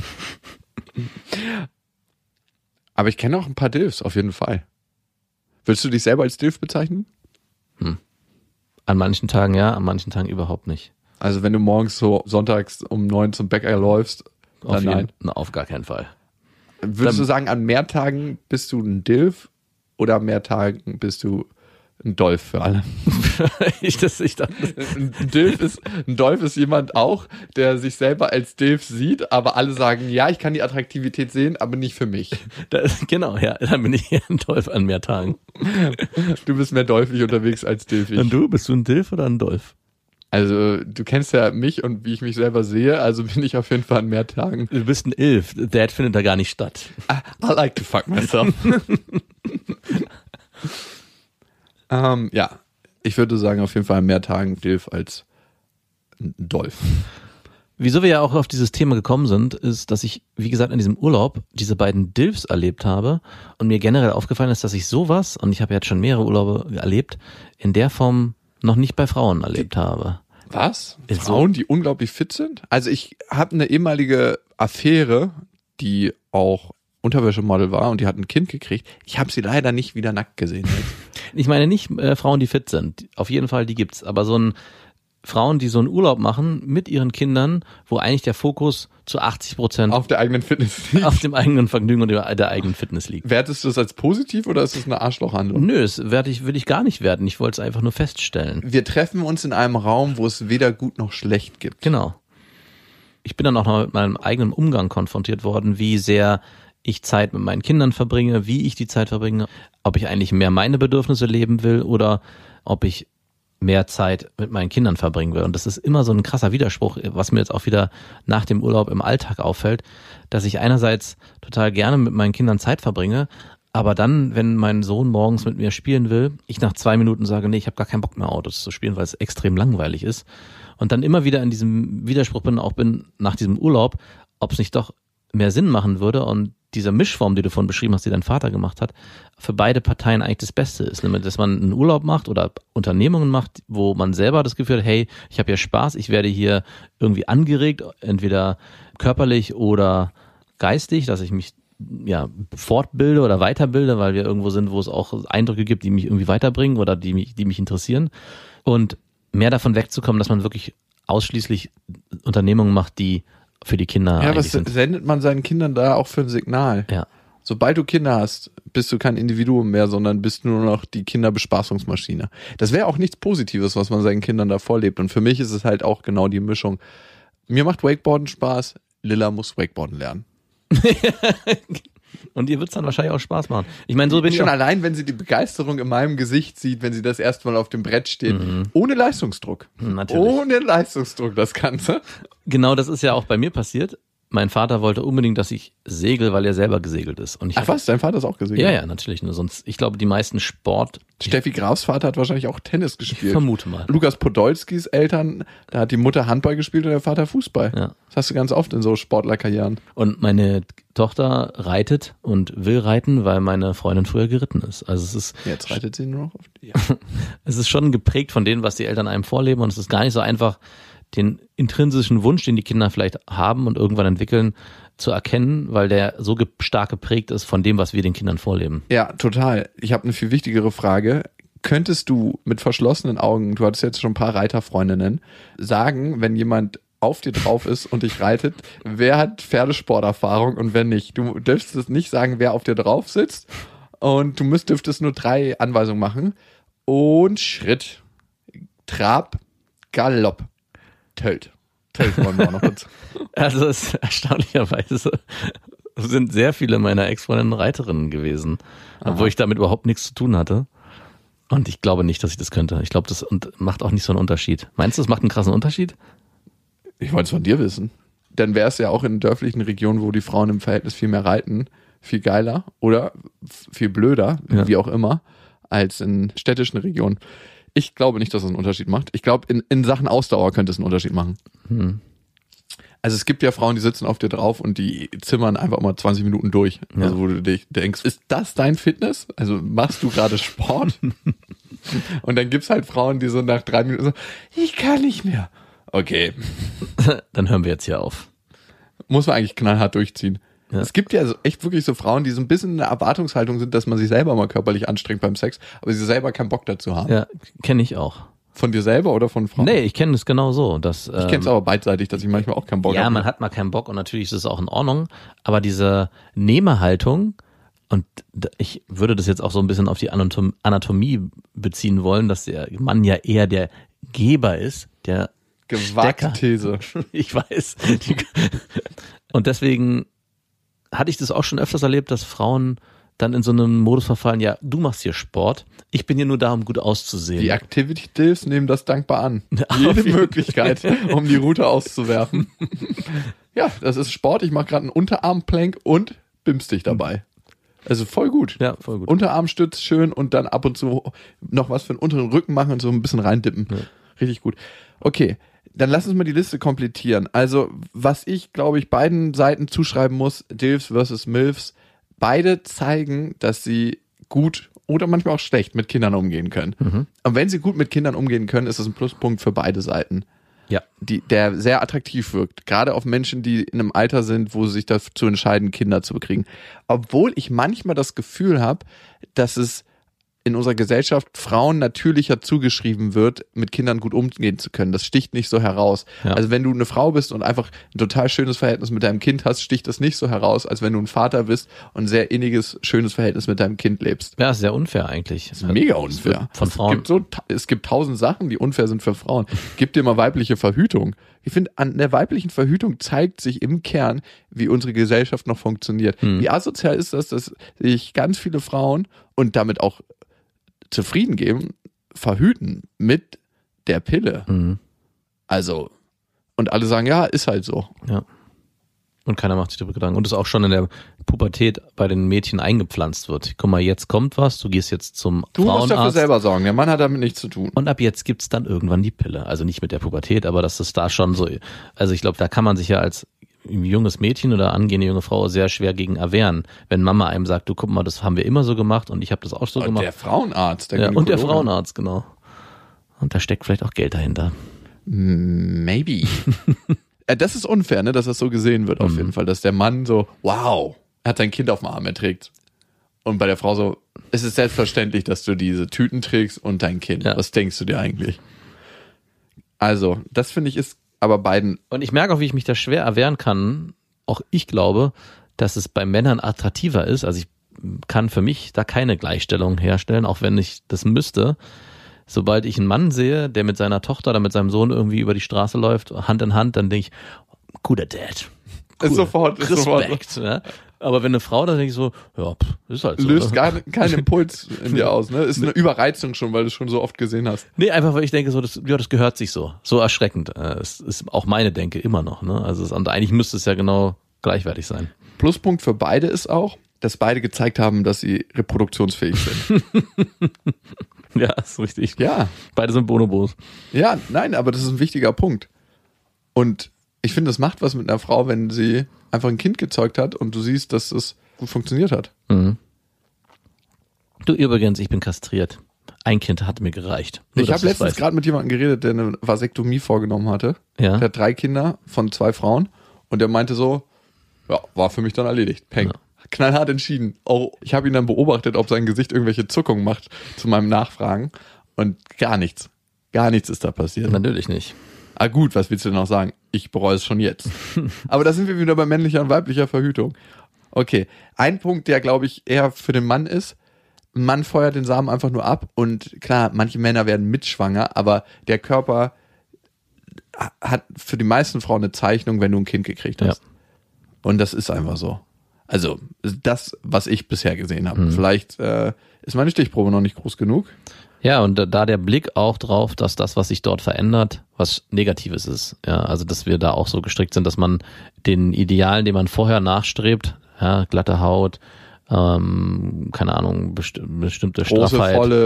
Aber ich kenne auch ein paar Dilfs, auf jeden Fall. Würdest du dich selber als Dilf bezeichnen? An manchen Tagen ja, an manchen Tagen überhaupt nicht. Also wenn du morgens so sonntags um 9 zum Bäcker läufst, dann nein. Auf gar keinen Fall. Würdest du sagen, an mehr Tagen bist du ein Dilf oder an mehr Tagen bist du ein Dolf für alle? Ich dachte, ein Dolf ist jemand auch, der sich selber als Dilf sieht, aber alle sagen, ja, ich kann die Attraktivität sehen, aber nicht für mich. Genau, ja, dann bin ich eher ein Dolf an mehr Tagen. Du bist mehr dolfig unterwegs als dilfig. Und du, bist du ein Dilf oder ein Dolf? Also, du kennst ja mich und wie ich mich selber sehe, also bin ich auf jeden Fall an mehr Tagen. Du bist ein Ilf, Dad findet da gar nicht statt. I like to fuck myself. Ja, ich würde sagen, auf jeden Fall an mehr Tagen Dilf als ein Dolf. Wieso wir ja auch auf dieses Thema gekommen sind, ist, dass ich, wie gesagt, in diesem Urlaub diese beiden Dilfs erlebt habe und mir generell aufgefallen ist, dass ich sowas, und ich habe jetzt schon mehrere Urlaube erlebt, in der Form noch nicht bei Frauen erlebt habe. Was? Frauen, die unglaublich fit sind? Also ich habe eine ehemalige Affäre, die auch Unterwäschemodel war und die hat ein Kind gekriegt. Ich habe sie leider nicht wieder nackt gesehen. Ich meine nicht Frauen, die fit sind. Auf jeden Fall, die gibt's. Aber Frauen, die so einen Urlaub machen mit ihren Kindern, wo eigentlich der Fokus zu 80% auf der eigenen Fitness liegt. Auf dem eigenen Vergnügen und der eigenen Fitness liegt. Wertest du das als positiv oder ist das eine Arschlochhandlung? Nö, will ich gar nicht werten. Ich wollte es einfach nur feststellen. Wir treffen uns in einem Raum, wo es weder gut noch schlecht gibt. Genau. Ich bin dann auch noch mit meinem eigenen Umgang konfrontiert worden, wie sehr ich Zeit mit meinen Kindern verbringe, wie ich die Zeit verbringe, ob ich eigentlich mehr meine Bedürfnisse leben will oder ob ich mehr Zeit mit meinen Kindern verbringen will. Und das ist immer so ein krasser Widerspruch, was mir jetzt auch wieder nach dem Urlaub im Alltag auffällt, dass ich einerseits total gerne mit meinen Kindern Zeit verbringe, aber dann, wenn mein Sohn morgens mit mir spielen will, ich nach 2 Minuten sage, nee, ich habe gar keinen Bock mehr Autos zu spielen, weil es extrem langweilig ist. Und dann immer wieder in diesem Widerspruch bin nach diesem Urlaub, ob es nicht doch mehr Sinn machen würde und diese Mischform, die du vorhin beschrieben hast, die dein Vater gemacht hat, für beide Parteien eigentlich das Beste ist. Nämlich, dass man einen Urlaub macht oder Unternehmungen macht, wo man selber das Gefühl hat, hey, ich habe hier Spaß, ich werde hier irgendwie angeregt, entweder körperlich oder geistig, dass ich mich fortbilde oder weiterbilde, weil wir irgendwo sind, wo es auch Eindrücke gibt, die mich irgendwie weiterbringen oder die mich interessieren. Und mehr davon wegzukommen, dass man wirklich ausschließlich Unternehmungen macht, die für die Kinder. Ja, was sendet man seinen Kindern da auch für ein Signal? Ja. Sobald du Kinder hast, bist du kein Individuum mehr, sondern bist nur noch die Kinderbespaßungsmaschine. Das wäre auch nichts Positives, was man seinen Kindern da vorlebt. Und für mich ist es halt auch genau die Mischung. Mir macht Wakeboarden Spaß, Lilla muss Wakeboarden lernen. Und ihr wird's dann wahrscheinlich auch Spaß machen. Ich meine, so bin ich schon auch allein, wenn sie die Begeisterung in meinem Gesicht sieht, wenn sie das erste Mal auf dem Brett steht. Ohne Leistungsdruck. Natürlich. Ohne Leistungsdruck, das Ganze. Genau, das ist ja auch bei mir passiert. Mein Vater wollte unbedingt, dass ich segel, weil er selber gesegelt ist. Und Ach was, dein Vater ist auch gesegelt? Ja, natürlich. Nur sonst, ich glaube, die meisten Steffi Grafs Vater hat wahrscheinlich auch Tennis gespielt. Ich vermute mal. Lukas Podolskis Eltern, da hat die Mutter Handball gespielt und der Vater Fußball. Ja. Das hast du ganz oft in so Sportlerkarrieren. Und meine Tochter reitet und will reiten, weil meine Freundin früher geritten ist. Also es ist. Jetzt reitet sie nur noch auf die. Es ist schon geprägt von dem, was die Eltern einem vorleben, und es ist gar nicht so einfach, den intrinsischen Wunsch, den die Kinder vielleicht haben und irgendwann entwickeln, zu erkennen, weil der so stark geprägt ist von dem, was wir den Kindern vorleben. Ja, total. Ich habe eine viel wichtigere Frage. Könntest du mit verschlossenen Augen, du hattest jetzt schon ein paar Reiterfreundinnen, sagen, wenn jemand auf dir drauf ist und dich reitet, wer hat Pferdesporterfahrung und wer nicht? Du dürftest nicht sagen, wer auf dir drauf sitzt, und du dürftest nur 3 Anweisungen machen. Und Schritt, Trab, Galopp. Tölt wollen wir auch noch dazu. Also es ist erstaunlicherweise sind sehr viele meiner Ex-Freundinnen Reiterinnen gewesen, obwohl ich damit überhaupt nichts zu tun hatte. Und ich glaube nicht, dass ich das könnte. Ich glaube, das macht auch nicht so einen Unterschied. Meinst du, das macht einen krassen Unterschied? Ich wollte es von dir wissen. Dann wäre es ja auch in dörflichen Regionen, wo die Frauen im Verhältnis viel mehr reiten, viel geiler oder viel blöder, wie auch immer, als in städtischen Regionen. Ich glaube nicht, dass es einen Unterschied macht. Ich glaube, in Sachen Ausdauer könnte es einen Unterschied machen. Also es gibt ja Frauen, die sitzen auf dir drauf und die zimmern einfach mal 20 Minuten durch. Ja. Also wo du dich denkst, ist das dein Fitness? Also machst du gerade Sport? Und dann gibt's halt Frauen, die so nach 3 Minuten so, ich kann nicht mehr. Okay. Dann hören wir jetzt hier auf. Muss man eigentlich knallhart durchziehen. Ja. Es gibt ja echt wirklich so Frauen, die so ein bisschen in der Erwartungshaltung sind, dass man sich selber mal körperlich anstrengt beim Sex, aber sie selber keinen Bock dazu haben. Ja, kenne ich auch. Von dir selber oder von Frauen? Nee, ich kenne es genau so. Ich kenne es aber beidseitig, dass ich manchmal auch keinen Bock habe. Ja, man hat mal keinen Bock und natürlich ist es auch in Ordnung, aber diese Nehmerhaltung, und ich würde das jetzt auch so ein bisschen auf die Anatomie beziehen wollen, dass der Mann ja eher der Geber ist, der gewagte These. Ich weiß. Und deswegen hatte ich das auch schon öfters erlebt, dass Frauen dann in so einem Modus verfallen, ja, du machst hier Sport, ich bin hier nur da, um gut auszusehen. Die Activity-Dilfs nehmen das dankbar an. Jede Möglichkeit, um die Route auszuwerfen. Ja, das ist Sport, ich mache gerade einen Unterarmplank und bimst dich dabei. Also voll gut. Ja, voll gut. Unterarmstütz schön und dann ab und zu noch was für den unteren Rücken machen und so ein bisschen reindippen. Ja. Richtig gut. Okay. Dann lass uns mal die Liste komplettieren. Also, was ich, glaube ich, beiden Seiten zuschreiben muss, Dilfs versus Milfs, beide zeigen, dass sie gut oder manchmal auch schlecht mit Kindern umgehen können. Und wenn sie gut mit Kindern umgehen können, ist das ein Pluspunkt für beide Seiten. Ja. Der sehr attraktiv wirkt. Gerade auf Menschen, die in einem Alter sind, wo sie sich dazu entscheiden, Kinder zu bekriegen. Obwohl ich manchmal das Gefühl habe, dass es in unserer Gesellschaft Frauen natürlicher zugeschrieben wird, mit Kindern gut umgehen zu können. Das sticht nicht so heraus. Ja. Also wenn du eine Frau bist und einfach ein total schönes Verhältnis mit deinem Kind hast, sticht das nicht so heraus, als wenn du ein Vater bist und ein sehr inniges, schönes Verhältnis mit deinem Kind lebst. Ja, ist sehr unfair eigentlich. Das ist mega unfair. Von Frauen. Es gibt 1000 Sachen, die unfair sind für Frauen. Gib dir mal weibliche Verhütung. Ich finde, an der weiblichen Verhütung zeigt sich im Kern, wie unsere Gesellschaft noch funktioniert. Wie asozial ist das, dass sich ganz viele Frauen und damit auch zufrieden geben, verhüten mit der Pille. Also, und alle sagen, ja, ist halt so. Ja. Und keiner macht sich darüber Gedanken. Und es auch schon in der Pubertät bei den Mädchen eingepflanzt wird. Guck mal, jetzt kommt was, du gehst jetzt zum Frauenarzt. Du musst dafür selber sorgen, der Mann hat damit nichts zu tun. Und ab jetzt gibt's dann irgendwann die Pille. Also nicht mit der Pubertät, aber das ist da schon so, also ich glaube, da kann man sich ja als junges Mädchen oder angehende junge Frau sehr schwer gegen erwehren, wenn Mama einem sagt, du guck mal, das haben wir immer so gemacht und ich habe das auch so gemacht. Und der Frauenarzt, und der Frauenarzt, genau. Und da steckt vielleicht auch Geld dahinter. Maybe. Das ist unfair, ne, dass das so gesehen wird auf jeden Fall, dass der Mann so, wow, er hat sein Kind auf dem Arm, er trägt. Und bei der Frau so, es ist selbstverständlich, dass du diese Tüten trägst und dein Kind. Ja. Was denkst du dir eigentlich? Also, das finde ich ist aber beiden. Und ich merke auch, wie ich mich da schwer erwehren kann. Auch ich glaube, dass es bei Männern attraktiver ist. Also ich kann für mich da keine Gleichstellung herstellen, auch wenn ich das müsste. Sobald ich einen Mann sehe, der mit seiner Tochter oder mit seinem Sohn irgendwie über die Straße läuft, Hand in Hand, dann denke ich, guter Dad. Cool. Ist sofort. Respekt. Ja. Aber wenn eine Frau, dann denke ich so, ja, ist halt so. Löst keinen Impuls in dir aus, ne? Ist eine Überreizung schon, weil du es schon so oft gesehen hast. Nee, einfach weil ich denke so, das gehört sich so. So erschreckend. Es ist auch meine Denke immer noch, ne? Also und eigentlich müsste es ja genau gleichwertig sein. Pluspunkt für beide ist auch, dass beide gezeigt haben, dass sie reproduktionsfähig sind. Ja, ist richtig. Ja. Beide sind Bonobos. Ja, nein, aber das ist ein wichtiger Punkt. Und ich finde, das macht was mit einer Frau, wenn sie einfach ein Kind gezeugt hat und du siehst, dass es gut funktioniert hat. Mhm. Du, übrigens, ich bin kastriert. Ein Kind hat mir gereicht. Nur, ich habe letztens gerade mit jemandem geredet, der eine Vasektomie vorgenommen hatte. Ja. Der hat 3 Kinder von 2 Frauen und der meinte so, ja, war für mich dann erledigt. Peng. Ja. Knallhart entschieden. Oh, ich habe ihn dann beobachtet, ob sein Gesicht irgendwelche Zuckungen macht zu meinem Nachfragen und gar nichts. Gar nichts ist da passiert. Natürlich nicht. Ah gut, was willst du denn noch sagen? Ich bereue es schon jetzt. Aber da sind wir wieder bei männlicher und weiblicher Verhütung. Okay, ein Punkt, der glaube ich eher für den Mann ist, ein Mann feuert den Samen einfach nur ab und klar, manche Männer werden mitschwanger, aber der Körper hat für die meisten Frauen eine Zeichnung, wenn du ein Kind gekriegt hast. Ja. Und das ist einfach so. Also das, was ich bisher gesehen habe. Vielleicht ist meine Stichprobe noch nicht groß genug. Ja, und da der Blick auch drauf, dass das, was sich dort verändert, was Negatives ist. Ja, also dass wir da auch so gestrickt sind, dass man den Idealen, den man vorher nachstrebt, ja, glatte Haut, keine Ahnung, bestimmte große, Straffheit. volle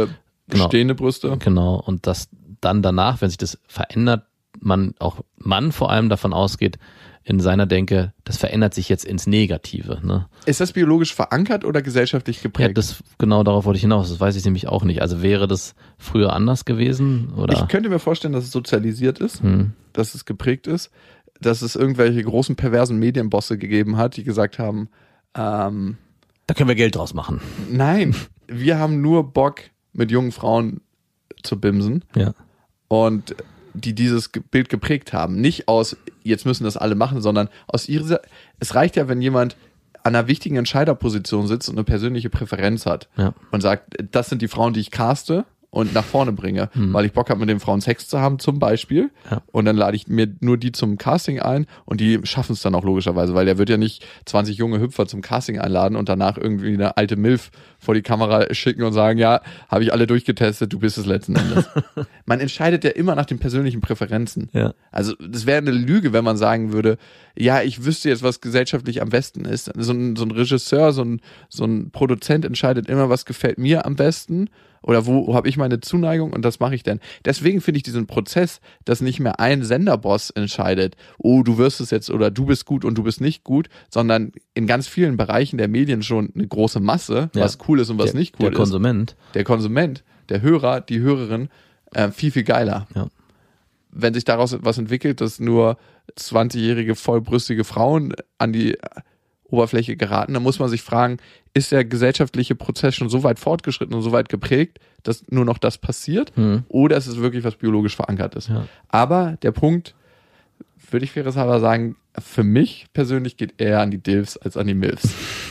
Stehende Brüste. Genau. Und dass dann danach, wenn sich das verändert, Mann vor allem davon ausgeht, in seiner Denke, das verändert sich jetzt ins Negative. Ne? Ist das biologisch verankert oder gesellschaftlich geprägt? Ja, genau darauf wollte ich hinaus. Das weiß ich nämlich auch nicht. Also wäre das früher anders gewesen? Oder? Ich könnte mir vorstellen, dass es sozialisiert ist, dass es geprägt ist, dass es irgendwelche großen perversen Medienbosse gegeben hat, die gesagt haben, da können wir Geld draus machen. Nein, wir haben nur Bock, mit jungen Frauen zu bimsen. Ja. Und die dieses Bild geprägt haben. Nicht aus, jetzt müssen das alle machen, sondern aus ihrer, es reicht ja, wenn jemand an einer wichtigen Entscheiderposition sitzt und eine persönliche Präferenz hat und sagt, das sind die Frauen, die ich caste und nach vorne bringe, weil ich Bock habe, mit den Frauen Sex zu haben zum Beispiel und dann lade ich mir nur die zum Casting ein und die schaffen es dann auch logischerweise, weil der wird ja nicht 20 junge Hüpfer zum Casting einladen und danach irgendwie eine alte Milf vor die Kamera schicken und sagen, ja, habe ich alle durchgetestet, du bist es letzten Endes. Man entscheidet ja immer nach den persönlichen Präferenzen. Ja. Also das wäre eine Lüge, wenn man sagen würde, ja, ich wüsste jetzt, was gesellschaftlich am besten ist. So ein Regisseur, so ein Produzent entscheidet immer, was gefällt mir am besten oder wo habe ich meine Zuneigung und das mache ich dann. Deswegen finde ich diesen Prozess, dass nicht mehr ein Senderboss entscheidet, oh, du wirst es jetzt oder du bist gut und du bist nicht gut, sondern in ganz vielen Bereichen der Medien schon eine große Masse, was cool ist und was nicht cool ist. Der Konsument, der Hörer, die Hörerin, viel, viel geiler. Ja. Wenn sich daraus was entwickelt, dass nur 20-jährige vollbrüstige Frauen an die Oberfläche geraten, dann muss man sich fragen, ist der gesellschaftliche Prozess schon so weit fortgeschritten und so weit geprägt, dass nur noch das passiert? Oder ist es wirklich was biologisch verankert ist? Ja. Aber der Punkt, würde ich fairerweise sagen, für mich persönlich geht eher an die Dilfs als an die Milfs.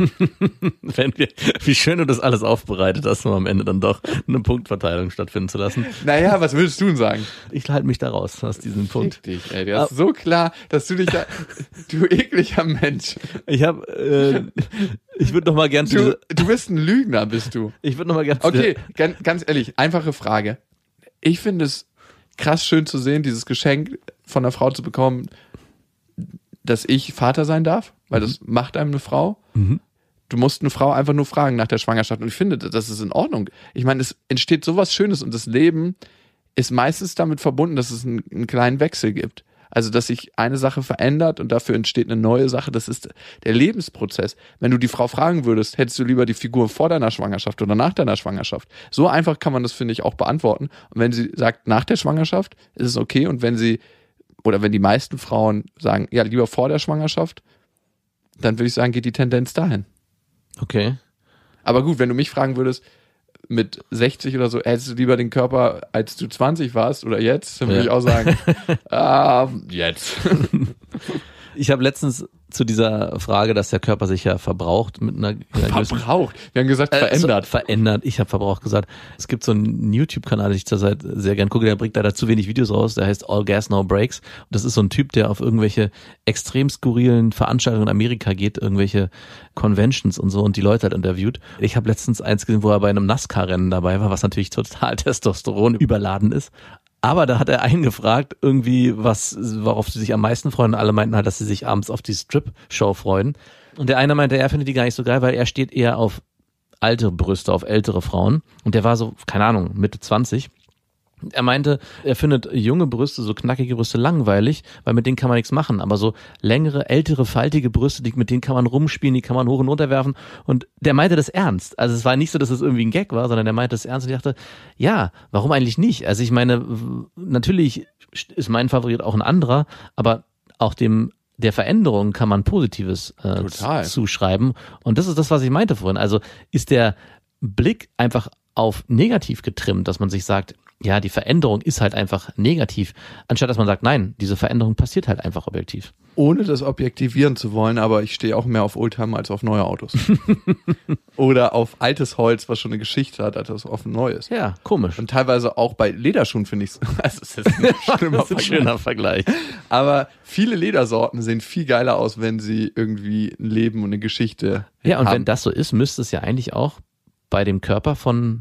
Wie schön du das alles aufbereitet hast, um am Ende dann doch eine Punktverteilung stattfinden zu lassen. Naja, was würdest du denn sagen? Ich halte mich da raus aus diesem Punkt. Fick dich, ey, das ist so klar, dass du dich da, du ekliger Mensch. Ich würde noch mal gern... Du bist ein Lügner, bist du. Ich würde noch mal gern... Okay, ganz ehrlich, einfache Frage. Ich finde es krass schön zu sehen, dieses Geschenk von einer Frau zu bekommen, dass ich Vater sein darf, weil das macht einem eine Frau. Du musst eine Frau einfach nur fragen nach der Schwangerschaft und ich finde, das ist in Ordnung. Ich meine, es entsteht sowas Schönes und das Leben ist meistens damit verbunden, dass es einen kleinen Wechsel gibt. Also, dass sich eine Sache verändert und dafür entsteht eine neue Sache. Das ist der Lebensprozess. Wenn du die Frau fragen würdest, hättest du lieber die Figur vor deiner Schwangerschaft oder nach deiner Schwangerschaft? So einfach kann man das, finde ich, auch beantworten. Und wenn sie sagt, nach der Schwangerschaft, ist es okay. Und wenn die meisten Frauen sagen, ja, lieber vor der Schwangerschaft, dann würde ich sagen, geht die Tendenz dahin. Okay. Aber gut, wenn du mich fragen würdest, mit 60 oder so, hättest du lieber den Körper, als du 20 warst oder jetzt, dann würde ich auch sagen, jetzt. Ich habe letztens zu dieser Frage, dass der Körper sich ja verbraucht mit einer verbraucht. Wir haben gesagt verändert. Verändert. Ich habe verbraucht gesagt. Es gibt so einen YouTube-Kanal, den ich zurzeit sehr gern gucke, der bringt leider zu wenig Videos raus, der heißt All Gas No Breaks. Und das ist so ein Typ, der auf irgendwelche extrem skurrilen Veranstaltungen in Amerika geht, irgendwelche Conventions und so und die Leute halt interviewt. Ich habe letztens eins gesehen, wo er bei einem NASCAR-Rennen dabei war, was natürlich total Testosteron überladen ist. Aber da hat er einen gefragt, irgendwie, worauf sie sich am meisten freuen. Und alle meinten halt, dass sie sich abends auf die Strip-Show freuen. Und der eine meinte, er findet die gar nicht so geil, weil er steht eher auf alte Brüste, auf ältere Frauen. Und der war so, keine Ahnung, Mitte 20. Er meinte, er findet junge Brüste, so knackige Brüste langweilig, weil mit denen kann man nichts machen. Aber so längere, ältere, faltige Brüste, mit denen kann man rumspielen, die kann man hoch und runter werfen. Und der meinte das ernst. Also es war nicht so, dass es irgendwie ein Gag war, sondern der meinte das ernst. Und ich dachte, ja, warum eigentlich nicht? Also ich meine, natürlich ist mein Favorit auch ein anderer, aber auch der Veränderung kann man Positives zuschreiben. Und das ist das, was ich meinte vorhin. Also ist der Blick einfach auf negativ getrimmt, dass man sich sagt, ja, die Veränderung ist halt einfach negativ, anstatt dass man sagt, nein, diese Veränderung passiert halt einfach objektiv. Ohne das objektivieren zu wollen, aber ich stehe auch mehr auf Oldtimer als auf neue Autos. Oder auf altes Holz, was schon eine Geschichte hat, als auf ein neues. Ja, komisch. Und teilweise auch bei Lederschuhen finde ich es. Also das ist ein schöner Vergleich. Aber viele Ledersorten sehen viel geiler aus, wenn sie irgendwie ein Leben und eine Geschichte haben. Ja, und wenn das so ist, müsste es ja eigentlich auch bei dem Körper von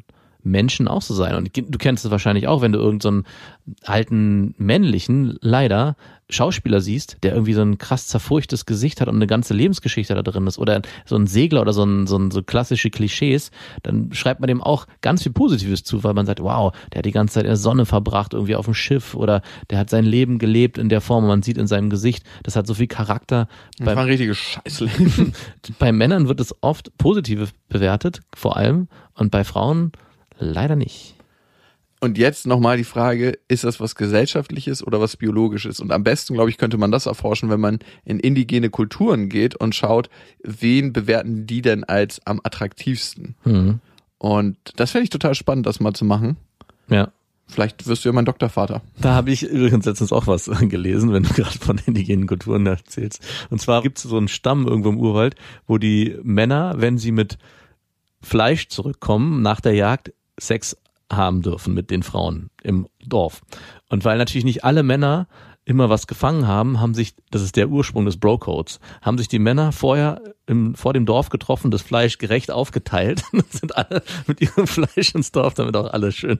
Menschen auch so sein. Und du kennst es wahrscheinlich auch, wenn du irgendeinen alten männlichen, leider, Schauspieler siehst, der irgendwie so ein krass zerfurchtes Gesicht hat und eine ganze Lebensgeschichte da drin ist, oder so ein Segler oder so klassische Klischees, dann schreibt man dem auch ganz viel Positives zu, weil man sagt, wow, der hat die ganze Zeit in der Sonne verbracht, irgendwie auf dem Schiff, oder der hat sein Leben gelebt in der Form, man sieht in seinem Gesicht, das hat so viel Charakter. Das war ein richtiges Scheißleben. Bei Männern wird es oft positiv bewertet, vor allem, und bei Frauen leider nicht. Und jetzt nochmal die Frage, ist das was Gesellschaftliches oder was Biologisches? Und am besten, glaube ich, könnte man das erforschen, wenn man in indigene Kulturen geht und schaut, wen bewerten die denn als am attraktivsten? Und das fände ich total spannend, das mal zu machen. Ja. Vielleicht wirst du ja mein Doktorvater. Da habe ich übrigens letztens auch was gelesen, wenn du gerade von indigenen Kulturen erzählst. Und zwar gibt es so einen Stamm irgendwo im Urwald, wo die Männer, wenn sie mit Fleisch zurückkommen, nach der Jagd Sex haben dürfen mit den Frauen im Dorf. Und weil natürlich nicht alle Männer immer was gefangen haben, das ist der Ursprung des Bro-Codes, haben sich die Männer vorher vor dem Dorf getroffen, das Fleisch gerecht aufgeteilt und sind alle mit ihrem Fleisch ins Dorf, damit auch alle schön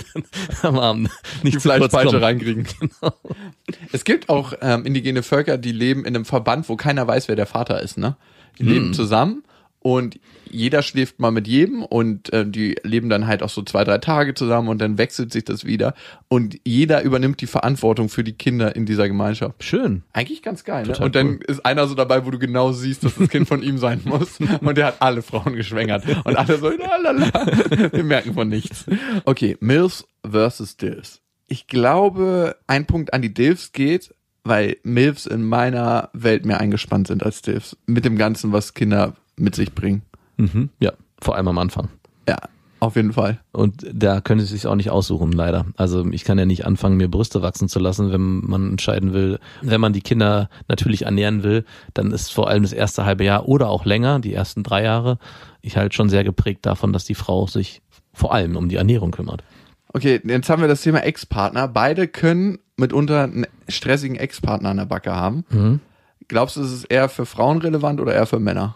am Abend nicht die Fleischpeitsche reinkriegen. Genau. Es gibt auch indigene Völker, die leben in einem Verband, wo keiner weiß, wer der Vater ist, ne? Die leben zusammen. Und jeder schläft mal mit jedem und die leben dann halt auch so 2-3 Tage zusammen und dann wechselt sich das wieder. Und jeder übernimmt die Verantwortung für die Kinder in dieser Gemeinschaft. Schön. Eigentlich ganz geil, ne? Total Und dann cool. ist einer so dabei, wo du genau siehst, dass das Kind von ihm sein muss. Und der hat alle Frauen geschwängert. Und alle so, lalala, wir merken von nichts. Okay, Milfs versus Dilfs. Ich glaube, ein Punkt an die Dilfs geht, weil Milfs in meiner Welt mehr eingespannt sind als Dilfs. Mit dem Ganzen, was Kinder mit sich bringen. Ja, vor allem am Anfang. Ja, auf jeden Fall. Und da können sie sich auch nicht aussuchen, leider. Also ich kann ja nicht anfangen, mir Brüste wachsen zu lassen, wenn man entscheiden will. Wenn man die Kinder natürlich ernähren will, dann ist vor allem das erste halbe Jahr oder auch länger, die ersten 3 Jahre, ich halt schon sehr geprägt davon, dass die Frau sich vor allem um die Ernährung kümmert. Okay, jetzt haben wir das Thema Ex-Partner. Beide können mitunter einen stressigen Ex-Partner an der Backe haben. Glaubst du, ist es eher für Frauen relevant oder eher für Männer?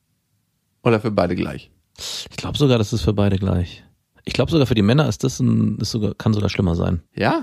Oder für beide gleich? Ich glaube sogar, das ist für beide gleich. Ich glaube sogar für die Männer kann sogar schlimmer sein. Ja?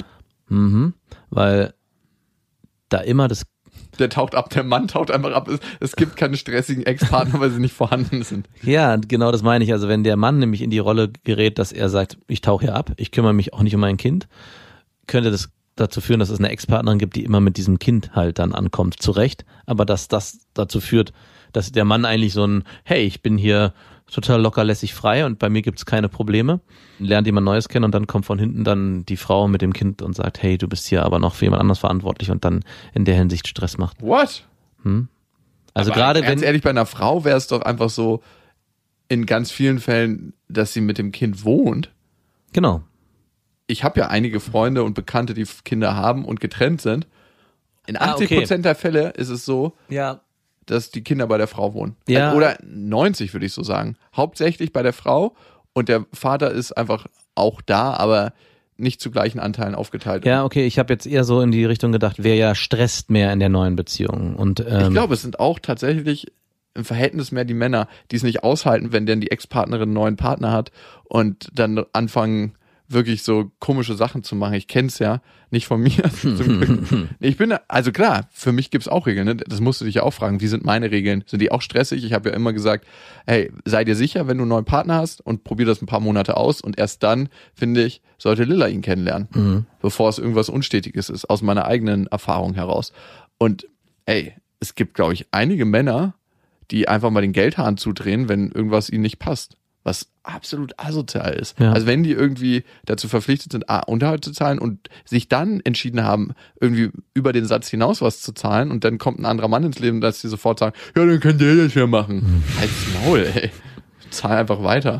Weil da immer das... Der taucht ab, der Mann taucht einfach ab. Es gibt keine stressigen Ex-Partner, weil sie nicht vorhanden sind. Ja, genau das meine ich. Also wenn der Mann nämlich in die Rolle gerät, dass er sagt, ich tauche hier ab, ich kümmere mich auch nicht um mein Kind, könnte das dazu führen, dass es eine Ex-Partnerin gibt, die immer mit diesem Kind halt dann ankommt, zurecht. Aber dass das dazu führt, dass der Mann eigentlich so hey, ich bin hier total locker lässig frei und bei mir gibt's keine Probleme, lernt jemand Neues kennen und dann kommt von hinten dann die Frau mit dem Kind und sagt, hey, du bist hier aber noch für jemand anderes verantwortlich und dann in der Hinsicht Stress macht. What? Also aber gerade ganz ehrlich, bei einer Frau wäre es doch einfach so, in ganz vielen Fällen, dass sie mit dem Kind wohnt. Genau. Ich habe ja einige Freunde und Bekannte, die Kinder haben und getrennt sind. In 80% der Fälle ist es so, ja, dass die Kinder bei der Frau wohnen. Ja. Oder 90 würde ich so sagen. Hauptsächlich bei der Frau und der Vater ist einfach auch da, aber nicht zu gleichen Anteilen aufgeteilt. Ja, okay, ich habe jetzt eher so in die Richtung gedacht, wer stresst mehr in der neuen Beziehung. Und ich glaube, es sind auch tatsächlich im Verhältnis mehr die Männer, die es nicht aushalten, wenn denn die Ex-Partnerin einen neuen Partner hat und dann anfangen, wirklich so komische Sachen zu machen. Ich kenn's ja, nicht von mir zum Glück. Ich bin, also klar, für mich gibt's auch Regeln, ne? Das musst du dich ja auch fragen, wie sind meine Regeln? Sind die auch stressig? Ich habe ja immer gesagt, hey, sei dir sicher, wenn du einen neuen Partner hast und probier das ein paar Monate aus und erst dann, finde ich, sollte Lilla ihn kennenlernen, bevor es irgendwas Unstetiges ist, aus meiner eigenen Erfahrung heraus. Und ey, es gibt, glaube ich, einige Männer, die einfach mal den Geldhahn zudrehen, wenn irgendwas ihnen nicht passt. Was absolut asozial ist. Ja. Also wenn die irgendwie dazu verpflichtet sind, Unterhalt zu zahlen und sich dann entschieden haben, irgendwie über den Satz hinaus was zu zahlen und dann kommt ein anderer Mann ins Leben, dass die sofort sagen, ja, dann kann der das ja machen. Halt's Maul, ey. Zahl einfach weiter.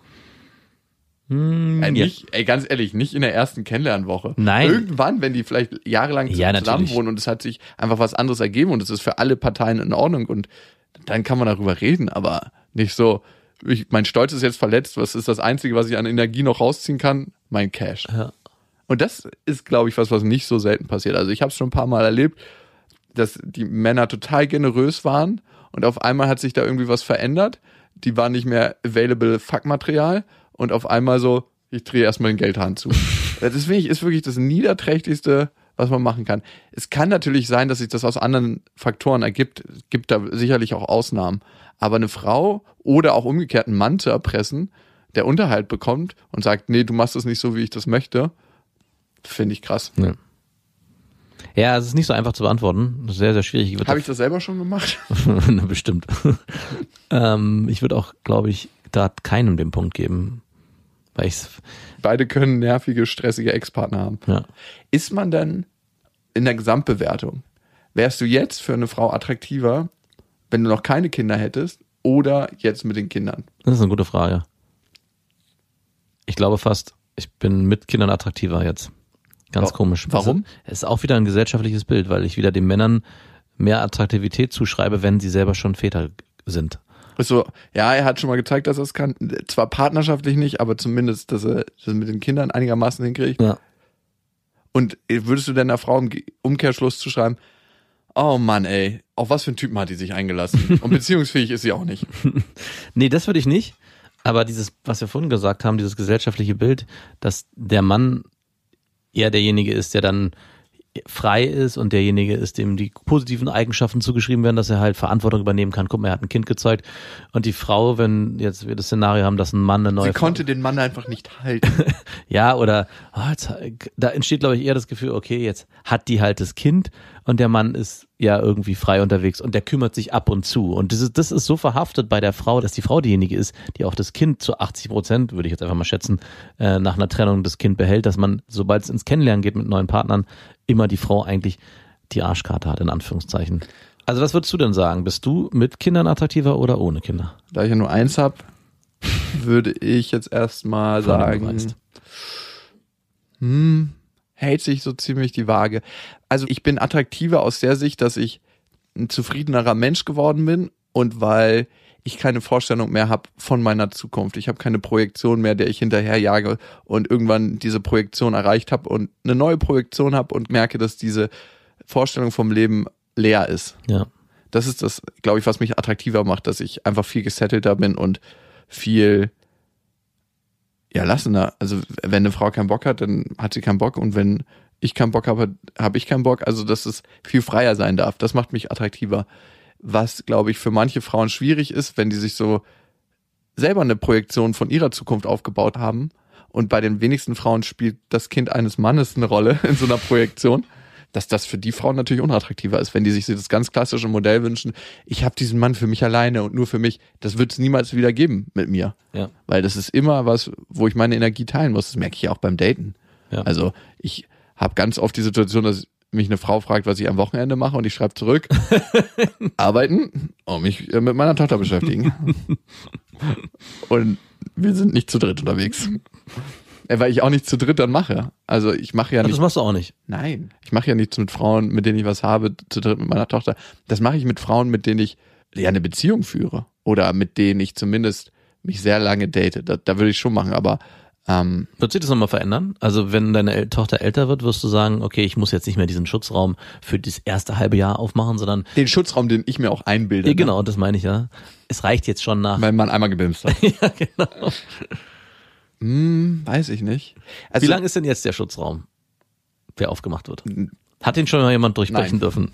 Ganz ehrlich, nicht in der ersten Kennenlernwoche. Nein. Irgendwann, wenn die vielleicht jahrelang zusammen wohnen und es hat sich einfach was anderes ergeben und es ist für alle Parteien in Ordnung und dann kann man darüber reden, aber nicht so, mein Stolz ist jetzt verletzt, was ist das Einzige, was ich an Energie noch rausziehen kann? Mein Cash. Ja. Und das ist, glaube ich, was nicht so selten passiert. Also ich habe es schon ein paar Mal erlebt, dass die Männer total generös waren und auf einmal hat sich da irgendwie was verändert. Die waren nicht mehr available Fuckmaterial und auf einmal so, ich drehe erstmal den Geldhahn zu. Das finde ich, ist wirklich das Niederträchtigste, was man machen kann. Es kann natürlich sein, dass sich das aus anderen Faktoren ergibt. Es gibt da sicherlich auch Ausnahmen. Aber eine Frau oder auch umgekehrt einen Mann zu erpressen, der Unterhalt bekommt und sagt, nee, du machst das nicht so, wie ich das möchte, finde ich krass. Ja. Ja, es ist nicht so einfach zu beantworten. Das ist sehr, sehr schwierig. Habe ich das selber schon gemacht? Bestimmt. Ich würde auch, glaube ich, da keinem den Punkt geben. Weil beide können nervige, stressige Ex-Partner haben. Ja. Ist man dann in der Gesamtbewertung, wärst du jetzt für eine Frau attraktiver, wenn du noch keine Kinder hättest oder jetzt mit den Kindern? Das ist eine gute Frage. Ich glaube fast, ich bin mit Kindern attraktiver jetzt. Ganz komisch. Warum? Es ist auch wieder ein gesellschaftliches Bild, weil ich wieder den Männern mehr Attraktivität zuschreibe, wenn sie selber schon Väter sind. Also, ja, er hat schon mal gezeigt, dass er es kann. Zwar partnerschaftlich nicht, aber zumindest, dass er das mit den Kindern einigermaßen hinkriegt. Ja. Und würdest du denn einer Frau im Umkehrschluss zuschreiben, oh Mann, ey, auf was für einen Typen hat die sich eingelassen? Und beziehungsfähig ist sie auch nicht. Nee, das würde ich nicht. Aber dieses, was wir vorhin gesagt haben, dieses gesellschaftliche Bild, dass der Mann eher derjenige ist, der dann frei ist und derjenige ist, dem die positiven Eigenschaften zugeschrieben werden, dass er halt Verantwortung übernehmen kann. Guck mal, er hat ein Kind gezeugt. Und die Frau, wenn jetzt wir das Szenario haben, dass ein Mann eine neue... Sie konnte den Mann einfach nicht halten. Ja, oder da entsteht, glaube ich, eher das Gefühl, okay, jetzt hat die halt das Kind und der Mann ist ja irgendwie frei unterwegs und der kümmert sich ab und zu. Und das ist so verhaftet bei der Frau, dass die Frau diejenige ist, die auch das Kind zu 80%, würde ich jetzt einfach mal schätzen, nach einer Trennung das Kind behält, dass man, sobald es ins Kennenlernen geht mit neuen Partnern, immer die Frau eigentlich die Arschkarte hat, in Anführungszeichen. Also was würdest du denn sagen? Bist du mit Kindern attraktiver oder ohne Kinder? Da ich ja nur eins habe, würde ich jetzt erstmal sagen, hält sich so ziemlich die Waage. Also ich bin attraktiver aus der Sicht, dass ich ein zufriedenerer Mensch geworden bin und weil ich keine Vorstellung mehr habe von meiner Zukunft. Ich habe keine Projektion mehr, der ich hinterherjage und irgendwann diese Projektion erreicht habe und eine neue Projektion habe und merke, dass diese Vorstellung vom Leben leer ist. Ja. Das ist das, glaube ich, was mich attraktiver macht, dass ich einfach viel gesettelter bin und viel lassender. Also wenn eine Frau keinen Bock hat, dann hat sie keinen Bock und wenn ich keinen Bock habe, habe ich keinen Bock. Also dass es viel freier sein darf. Das macht mich attraktiver. Was, glaube ich, für manche Frauen schwierig ist, wenn die sich so selber eine Projektion von ihrer Zukunft aufgebaut haben. Und bei den wenigsten Frauen spielt das Kind eines Mannes eine Rolle in so einer Projektion, dass das für die Frauen natürlich unattraktiver ist, wenn die sich das ganz klassische Modell wünschen, ich habe diesen Mann für mich alleine und nur für mich. Das wird es niemals wieder geben mit mir. Ja. Weil das ist immer was, wo ich meine Energie teilen muss. Das merke ich ja auch beim Daten. Ja. Also ich habe ganz oft die Situation, dass mich eine Frau fragt, was ich am Wochenende mache und ich schreibe zurück, arbeiten und mich mit meiner Tochter beschäftigen. Und wir sind nicht zu dritt unterwegs. Weil ich auch nicht zu dritt dann mache. Also ich mache ja nicht... Das machst du auch nicht? Nein, ich mache ja nichts mit Frauen, mit denen ich was habe, zu dritt mit meiner Tochter. Das mache ich mit Frauen, mit denen ich ja eine Beziehung führe. Oder mit denen ich zumindest mich sehr lange date. Da würde ich schon machen, aber... Wird sich das nochmal verändern? Also wenn deine Tochter älter wird, wirst du sagen, okay, ich muss jetzt nicht mehr diesen Schutzraum für das erste halbe Jahr aufmachen, sondern... Den Schutzraum, den ich mir auch einbilde. Ja, genau, das meine ich ja. Es reicht jetzt schon nach... Weil man einmal gebimst hat. Ja, genau. Weiß ich nicht. Also, wie lang ist denn jetzt der Schutzraum, der aufgemacht wird? Hat den schon mal jemand durchbrechen dürfen?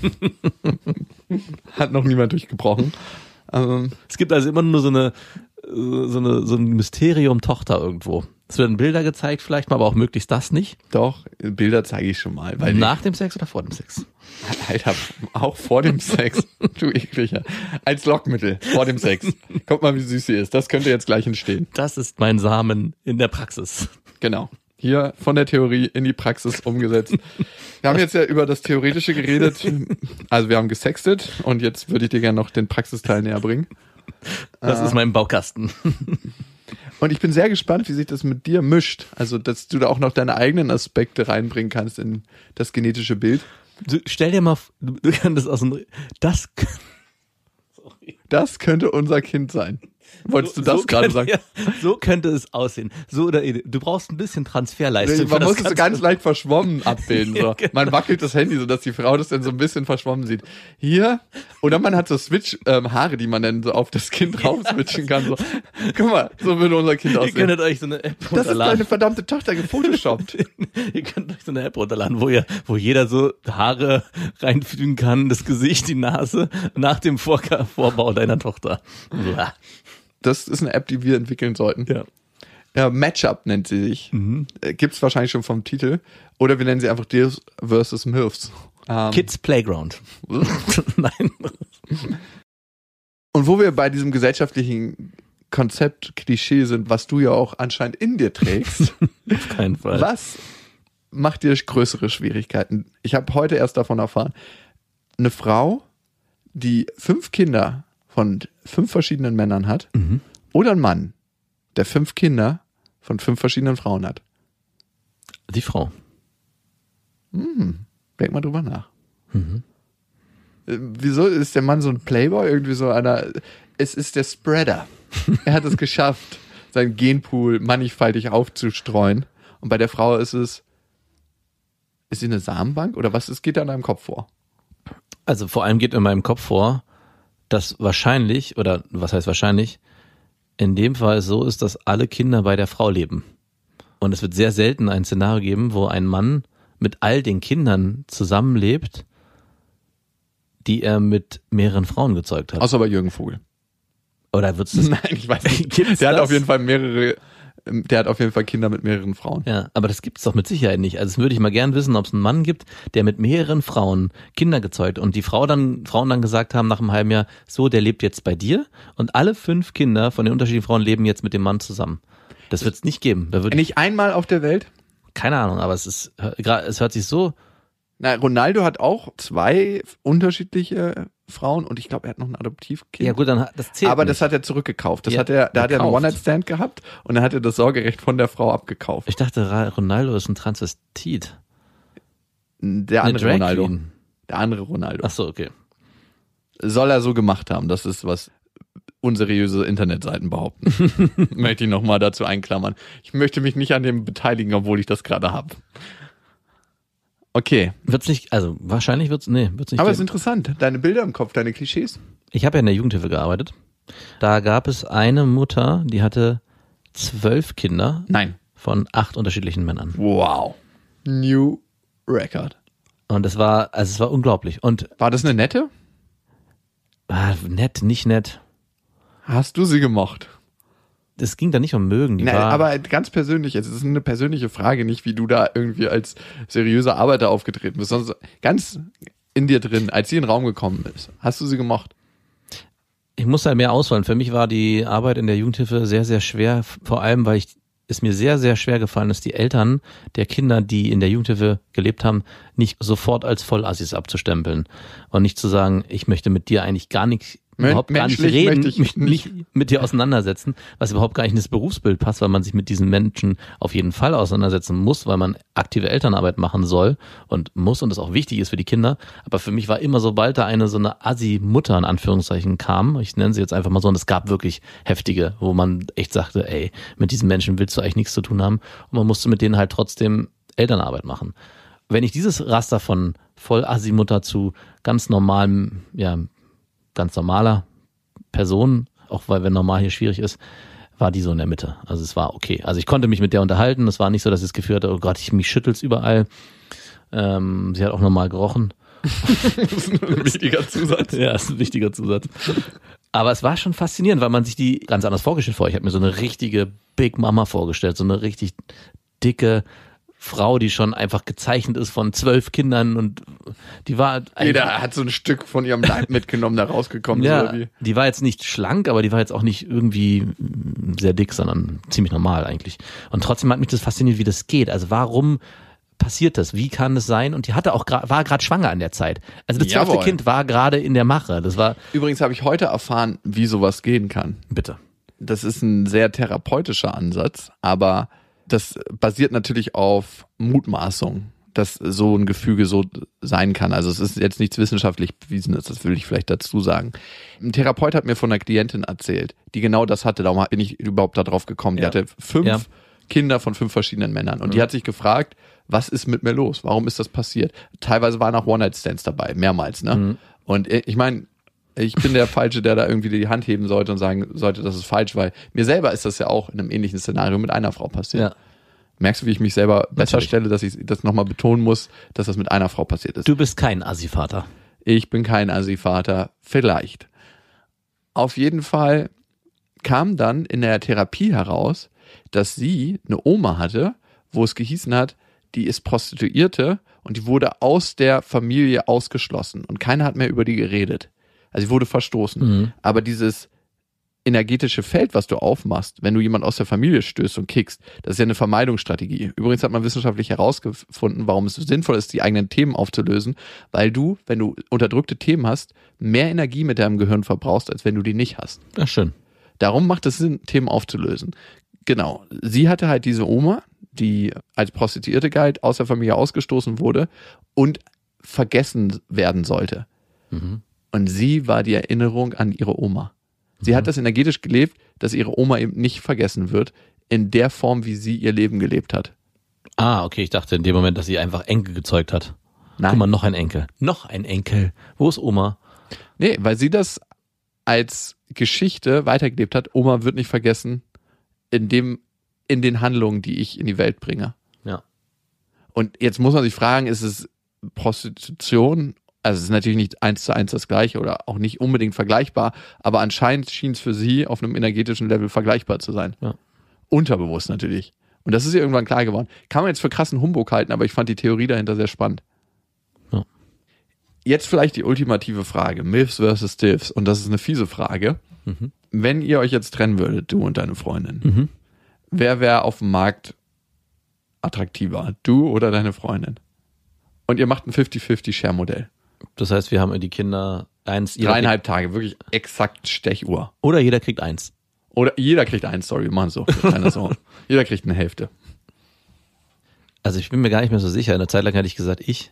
Hat noch niemand durchgebrochen. Es gibt also immer nur so ein Mysterium Tochter irgendwo. Es werden Bilder gezeigt vielleicht mal, aber auch möglichst das nicht. Doch, Bilder zeige ich schon mal. Weil nach dem Sex oder vor dem Sex? Alter, auch vor dem Sex. Du ekliger. Als Lockmittel, vor dem Sex. Guck mal, wie süß sie ist. Das könnte jetzt gleich entstehen. Das ist mein Samen in der Praxis. Genau. Hier von der Theorie in die Praxis umgesetzt. Wir haben jetzt ja über das Theoretische geredet. Also wir haben gesextet und jetzt würde ich dir gerne noch den Praxisteil näher bringen. Das ist mein Baukasten. Und ich bin sehr gespannt, wie sich das mit dir mischt. Also, dass du da auch noch deine eigenen Aspekte reinbringen kannst in das genetische Bild. Stell dir mal, du kannst das aus dem... Das könnte unser Kind sein. Wolltest du das gerade sagen? Ja, so könnte es aussehen. So oder du brauchst ein bisschen Transferleistung. Man muss es so ganz leicht verschwommen abbilden. So. Ja, genau. Man wackelt das Handy, so dass die Frau das dann so ein bisschen verschwommen sieht. Hier. Oder man hat so Switch-Haare, die man dann so auf das Kind raufswitchen kann. So. Guck mal, so würde unser Kind aussehen. Ihr könntet euch so eine App runterladen. Das ist deine verdammte Tochter gefotoshoppt. Ihr könnt euch so eine App runterladen, wo jeder so Haare reinfügen kann, das Gesicht, die Nase, nach dem Vorbau deiner Tochter. Ja. Das ist eine App, die wir entwickeln sollten. Ja, Matchup nennt sie sich. Gibt's wahrscheinlich schon vom Titel. Oder wir nennen sie einfach Deals vs. Milfs. Kids Playground. Nein. Und wo wir bei diesem gesellschaftlichen Konzept, Klischee sind, was du ja auch anscheinend in dir trägst. Auf keinen Fall. Was macht dir größere Schwierigkeiten? Ich habe heute erst davon erfahren. Eine Frau, die 5 Kinder von 5 verschiedenen Männern hat, oder ein Mann, der 5 Kinder von 5 verschiedenen Frauen hat. Die Frau. Denk mal drüber nach. Wieso ist der Mann so ein Playboy? Irgendwie so einer. Es ist der Spreader. Er hat es geschafft, seinen Genpool mannigfaltig aufzustreuen. Und bei der Frau ist sie eine Samenbank? Oder was geht da in deinem Kopf vor? Also vor allem geht in meinem Kopf vor, dass wahrscheinlich, oder was heißt wahrscheinlich, in dem Fall so ist, dass alle Kinder bei der Frau leben. Und es wird sehr selten ein Szenario geben, wo ein Mann mit all den Kindern zusammenlebt, die er mit mehreren Frauen gezeugt hat. Außer bei Jürgen Vogel. Oder wird's das? Nein, ich weiß nicht. Der hat auf jeden Fall Kinder mit mehreren Frauen. Ja, aber das gibt's doch mit Sicherheit nicht. Also das würde ich mal gern wissen, ob es einen Mann gibt, der mit mehreren Frauen Kinder gezeugt und die Frauen dann gesagt haben nach einem halben Jahr, so, der lebt jetzt bei dir und alle 5 Kinder von den unterschiedlichen Frauen leben jetzt mit dem Mann zusammen. Das wird's nicht geben. Nicht einmal auf der Welt? Keine Ahnung, aber es hört sich so. Na, Ronaldo hat auch 2 unterschiedliche Frauen und ich glaube, er hat noch ein Adoptivkind. Ja gut, dann das zählt. Aber nicht. das hat er zurückgekauft. Da hat gekauft. er einen One-Night-Stand gehabt und dann hat er das Sorgerecht von der Frau abgekauft. Ich dachte, Ronaldo ist ein Transvestit. Der andere Ronaldo. Ach so, okay. Soll er so gemacht haben. Das ist, was unseriöse Internetseiten behaupten. Möchte ich nochmal dazu einklammern. Ich möchte mich nicht an dem beteiligen, obwohl ich das gerade habe. Okay. Wahrscheinlich wird's nicht. Aber es ist interessant. Deine Bilder im Kopf, deine Klischees. Ich habe ja in der Jugendhilfe gearbeitet. Da gab es eine Mutter, die hatte 12 Kinder. Nein. Von 8 unterschiedlichen Männern. Wow. New Record. Und es war unglaublich. Und war das eine nette? Nett, nicht nett. Hast du sie gemocht? Es ging da nicht um mögen. Aber ganz persönlich, es ist eine persönliche Frage, nicht wie du da irgendwie als seriöser Arbeiter aufgetreten bist, sondern ganz in dir drin, als sie in den Raum gekommen ist. Hast du sie gemocht? Ich muss halt mehr ausholen. Für mich war die Arbeit in der Jugendhilfe sehr, sehr schwer, vor allem, weil es mir sehr, sehr schwer gefallen ist, die Eltern der Kinder, die in der Jugendhilfe gelebt haben, nicht sofort als Vollassis abzustempeln und nicht zu sagen, ich möchte mit dir eigentlich überhaupt gar nicht reden, mich nicht mit dir auseinandersetzen, was überhaupt gar nicht in das Berufsbild passt, weil man sich mit diesen Menschen auf jeden Fall auseinandersetzen muss, weil man aktive Elternarbeit machen soll und muss und das auch wichtig ist für die Kinder. Aber für mich war immer, sobald da so eine Assi-Mutter in Anführungszeichen kam, ich nenne sie jetzt einfach mal so, und es gab wirklich heftige, wo man echt sagte, ey, mit diesen Menschen willst du eigentlich nichts zu tun haben und man musste mit denen halt trotzdem Elternarbeit machen. Wenn ich dieses Raster von Voll-Assi-Mutter zu ganz normalem, ganz normaler Person, auch weil wenn normal hier schwierig ist, war die so in der Mitte. Also es war okay. Also ich konnte mich mit der unterhalten. Es war nicht so, dass ich das Gefühl hatte, oh Gott, mich schüttelt's überall. Sie hat auch normal gerochen. Das ist ein wichtiger Zusatz. Ja, ist ein wichtiger Zusatz. Aber es war schon faszinierend, weil man sich die ganz anders vorgestellt hat. Ich habe mir so eine richtige Big Mama vorgestellt, so eine richtig dicke Frau, die schon einfach gezeichnet ist von 12 Kindern und die war jeder hat so ein Stück von ihrem Leib mitgenommen, da rausgekommen. Ja, so die war jetzt nicht schlank, aber die war jetzt auch nicht irgendwie sehr dick, sondern ziemlich normal eigentlich. Und trotzdem hat mich das fasziniert, wie das geht. Also warum passiert das? Wie kann das sein? Und die hatte war gerade schwanger an der Zeit. Also das 12. Kind war gerade in der Mache. Das war. Übrigens habe ich heute erfahren, wie sowas gehen kann. Bitte. Das ist ein sehr therapeutischer Ansatz, aber das basiert natürlich auf Mutmaßung. dass so ein Gefüge so sein kann. Also es ist jetzt nichts wissenschaftlich Bewiesenes, das will ich vielleicht dazu sagen. Ein Therapeut hat mir von einer Klientin erzählt, die genau das hatte, darum bin ich überhaupt da drauf gekommen. Die hatte 5 Kinder von 5 verschiedenen Männern und die hat sich gefragt, was ist mit mir los? Warum ist das passiert? Teilweise waren auch One-Night-Stands dabei, mehrmals, ne? Und ich meine, ich bin der Falsche, der da irgendwie die Hand heben sollte und sagen sollte, das ist falsch, weil mir selber ist das ja auch in einem ähnlichen Szenario mit einer Frau passiert. Ja. Merkst du, wie ich mich selber besser stelle, dass ich das nochmal betonen muss, dass das mit einer Frau passiert ist? Du bist kein Assi-Vater. Ich bin kein Assi-Vater, vielleicht. Auf jeden Fall kam dann in der Therapie heraus, dass sie eine Oma hatte, wo es gehießen hat, die ist Prostituierte und die wurde aus der Familie ausgeschlossen und keiner hat mehr über die geredet. Also sie wurde verstoßen. Aber dieses energetische Feld, was du aufmachst, wenn du jemand aus der Familie stößt und kickst, das ist ja eine Vermeidungsstrategie. Übrigens hat man wissenschaftlich herausgefunden, warum es so sinnvoll ist, die eigenen Themen aufzulösen, weil du, wenn du unterdrückte Themen hast, mehr Energie mit deinem Gehirn verbrauchst, als wenn du die nicht hast. Ja, schön. Darum macht es Sinn, Themen aufzulösen. Genau. Sie hatte halt diese Oma, die als Prostituierte galt, aus der Familie ausgestoßen wurde und vergessen werden sollte. Und sie war die Erinnerung an ihre Oma. Sie hat das energetisch gelebt, dass ihre Oma eben nicht vergessen wird, in der Form, wie sie ihr Leben gelebt hat. Ah, okay, ich dachte in dem Moment, dass sie einfach Enkel gezeugt hat. Nein. Guck mal, noch ein Enkel. Noch ein Enkel. Wo ist Oma? Nee, weil sie das als Geschichte weitergelebt hat. Oma wird nicht vergessen in den Handlungen, die ich in die Welt bringe. Ja. Und jetzt muss man sich fragen, ist es Prostitution? Also es ist natürlich nicht 1:1 das Gleiche oder auch nicht unbedingt vergleichbar, aber anscheinend schien es für sie auf einem energetischen Level vergleichbar zu sein. Ja. Unterbewusst natürlich. Und das ist ihr irgendwann klar geworden. Kann man jetzt für krassen Humbug halten, aber ich fand die Theorie dahinter sehr spannend. Ja. Jetzt vielleicht die ultimative Frage, Milfs versus Dilfs. Und das ist eine fiese Frage. Wenn ihr euch jetzt trennen würdet, du und deine Freundin, wer wäre auf dem Markt attraktiver? Du oder deine Freundin? Und ihr macht ein 50-50-Share-Modell. Das heißt, wir haben die Kinder 3,5 Tage, wirklich exakt Stechuhr. Oder jeder kriegt 1. Oder jeder kriegt 1, sorry, wir machen so. Jeder kriegt eine Hälfte. Also ich bin mir gar nicht mehr so sicher. Eine Zeit lang hatte ich gesagt, ich.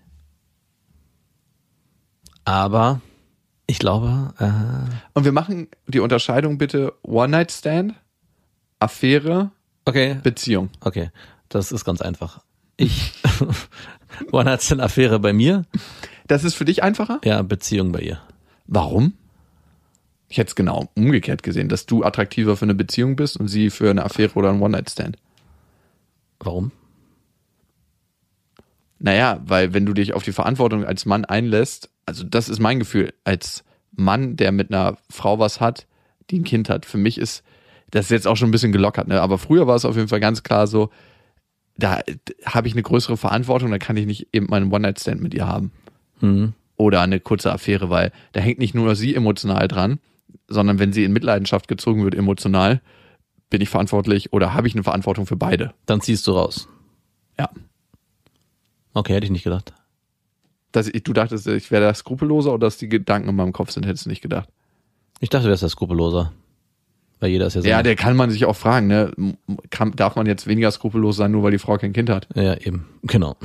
Aber ich glaube... Und wir machen die Unterscheidung bitte One-Night-Stand, Affäre, Beziehung. Okay, das ist ganz einfach. One-Night-Stand-Affäre bei mir. Das ist für dich einfacher? Ja, Beziehung bei ihr. Warum? Ich hätte es genau umgekehrt gesehen, dass du attraktiver für eine Beziehung bist und sie für eine Affäre oder einen One-Night-Stand. Warum? Naja, weil wenn du dich auf die Verantwortung als Mann einlässt, also das ist mein Gefühl, als Mann, der mit einer Frau was hat, die ein Kind hat, für mich ist das jetzt auch schon ein bisschen gelockert, ne? Aber früher war es auf jeden Fall ganz klar so, da habe ich eine größere Verantwortung, da kann ich nicht eben meinen One-Night-Stand mit ihr haben. Oder eine kurze Affäre, weil da hängt nicht nur sie emotional dran, sondern wenn sie in Mitleidenschaft gezogen wird emotional, bin ich verantwortlich oder habe ich eine Verantwortung für beide. Dann ziehst du raus. Ja. Okay, hätte ich nicht gedacht. Du dachtest, ich wäre da skrupelloser oder dass die Gedanken in meinem Kopf sind, hättest du nicht gedacht. Ich dachte, du wärst da skrupelloser. Weil jeder ist ja so. Ja, der kann man sich auch fragen, ne? Darf man jetzt weniger skrupellos sein, nur weil die Frau kein Kind hat? Ja, eben. Genau.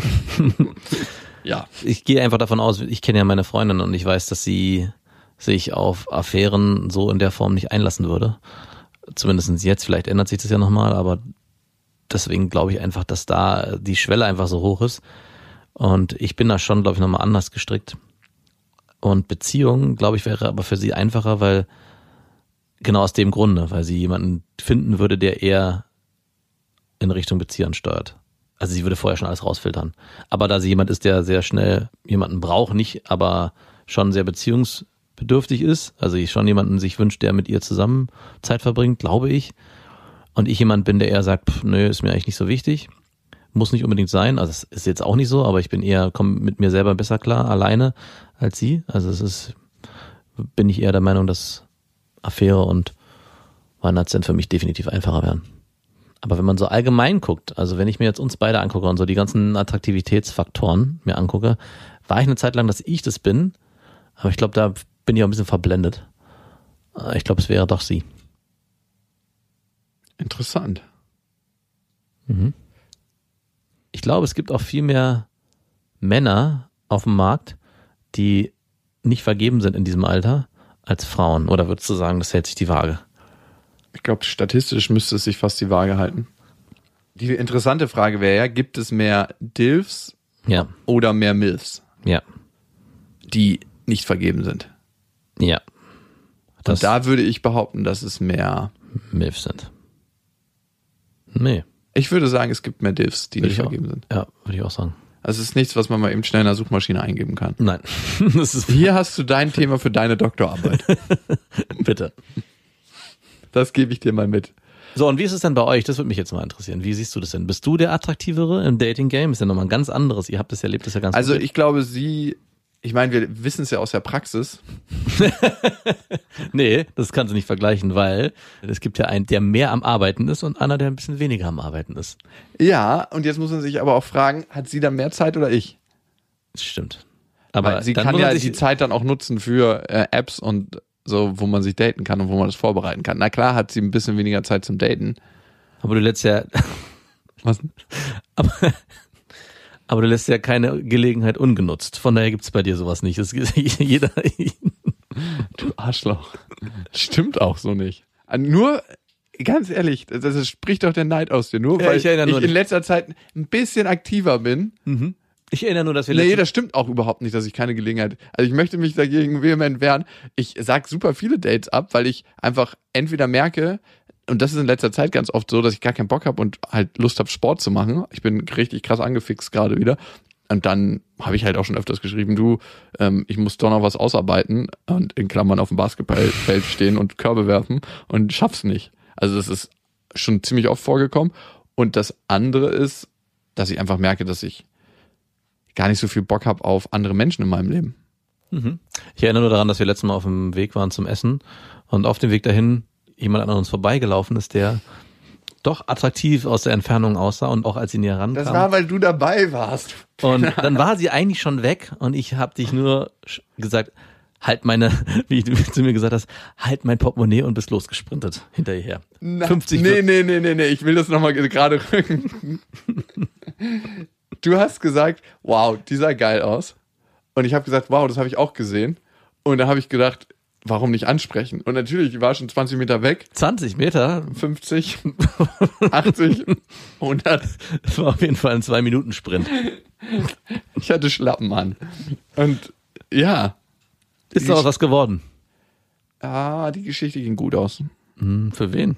Ja. Ich gehe einfach davon aus, ich kenne ja meine Freundin und ich weiß, dass sie sich auf Affären so in der Form nicht einlassen würde. Zumindest jetzt, vielleicht ändert sich das ja nochmal, aber deswegen glaube ich einfach, dass da die Schwelle einfach so hoch ist. Und ich bin da schon, glaube ich, nochmal anders gestrickt. Und Beziehung, glaube ich, wäre aber für sie einfacher, weil genau aus dem Grunde, weil sie jemanden finden würde, der eher in Richtung Beziehern steuert. Also sie würde vorher schon alles rausfiltern. Aber da sie jemand ist, der sehr schnell jemanden braucht, nicht, aber schon sehr beziehungsbedürftig ist, also schon jemanden sich wünscht, der mit ihr zusammen Zeit verbringt, glaube ich. Und ich jemand bin, der eher sagt, nö, ist mir eigentlich nicht so wichtig. Muss nicht unbedingt sein, also es ist jetzt auch nicht so, aber ich komme mit mir selber besser klar, alleine als sie. Also bin ich eher der Meinung, dass Affäre und One-Night-Stand für mich definitiv einfacher wären. Aber wenn man so allgemein guckt, also wenn ich mir jetzt uns beide angucke und so die ganzen Attraktivitätsfaktoren mir angucke, war ich eine Zeit lang, dass ich das bin, aber ich glaube, da bin ich auch ein bisschen verblendet. Ich glaube, es wäre doch sie. Interessant. Ich glaube, es gibt auch viel mehr Männer auf dem Markt, die nicht vergeben sind in diesem Alter, als Frauen? Oder würdest du sagen, das hält sich die Waage? Ich glaube, statistisch müsste es sich fast die Waage halten. Die interessante Frage wäre ja, gibt es mehr DILFs oder mehr MILFs, die nicht vergeben sind? Ja. Und da würde ich behaupten, dass es mehr MILFs sind. Nee. Ich würde sagen, es gibt mehr DILFs, die nicht vergeben sind. Ja, würde ich auch sagen. Also es ist nichts, was man mal eben schnell in der Suchmaschine eingeben kann. Nein. Hier hast du dein Thema für deine Doktorarbeit. Bitte. Das gebe ich dir mal mit. So, und wie ist es denn bei euch? Das würde mich jetzt mal interessieren. Wie siehst du das denn? Bist du der Attraktivere im Dating-Game? Ist ja nochmal ein ganz anderes. Ihr habt das erlebt, das ist ja ganz Also ich glaube, ich meine, wir wissen es ja aus der Praxis. Nee, das kannst du nicht vergleichen, weil es gibt ja einen, der mehr am Arbeiten ist und einer, der ein bisschen weniger am Arbeiten ist. Ja, und jetzt muss man sich aber auch fragen, hat sie dann mehr Zeit oder ich? Das stimmt. Aber weil sie kann ja die Zeit dann auch nutzen für Apps und so, wo man sich daten kann und wo man das vorbereiten kann. Na klar hat sie ein bisschen weniger Zeit zum Daten. Aber du lässt ja... Was? Aber du lässt ja keine Gelegenheit ungenutzt. Von daher gibt's bei dir sowas nicht. Das jeder. Du Arschloch. Das stimmt auch so nicht. Nur, ganz ehrlich, das spricht doch der Neid aus dir. Nur weil ich in letzter Zeit ein bisschen aktiver bin. Mhm. Ich erinnere nur, dass wir... Nee, das stimmt auch überhaupt nicht, dass ich keine Gelegenheit... Also ich möchte mich dagegen vehement wehren. Ich sag super viele Dates ab, weil ich einfach entweder merke... Und das ist in letzter Zeit ganz oft so, dass ich gar keinen Bock habe und halt Lust habe, Sport zu machen. Ich bin richtig krass angefixt gerade wieder. Und dann habe ich halt auch schon öfters geschrieben, ich muss doch noch was ausarbeiten und in Klammern auf dem Basketballfeld stehen und Körbe werfen und schaff's nicht. Also das ist schon ziemlich oft vorgekommen. Und das andere ist, dass ich einfach merke, dass ich gar nicht so viel Bock habe auf andere Menschen in meinem Leben. Mhm. Ich erinnere nur daran, dass wir letztes Mal auf dem Weg waren zum Essen und auf dem Weg dahin jemand an uns vorbeigelaufen ist, der doch attraktiv aus der Entfernung aussah und auch als sie näher rankam. Das war, weil du dabei warst. Und dann war sie eigentlich schon weg und ich habe dich nur gesagt, wie du zu mir gesagt hast, halt mein Portemonnaie und bist losgesprintet hinter ihr her. 50 Nee, ich will das nochmal gerade rücken. Du hast gesagt, wow, die sah geil aus. Und ich habe gesagt, wow, das habe ich auch gesehen. Und da habe ich gedacht, warum nicht ansprechen? Und natürlich, ich war schon 20 Meter weg. 20 Meter? 50, 80, 100. Das war auf jeden Fall ein 2-Minuten-Sprint. Ich hatte Schlappen an. Und ja. Ist doch was geworden. Die Geschichte ging gut aus. Für wen?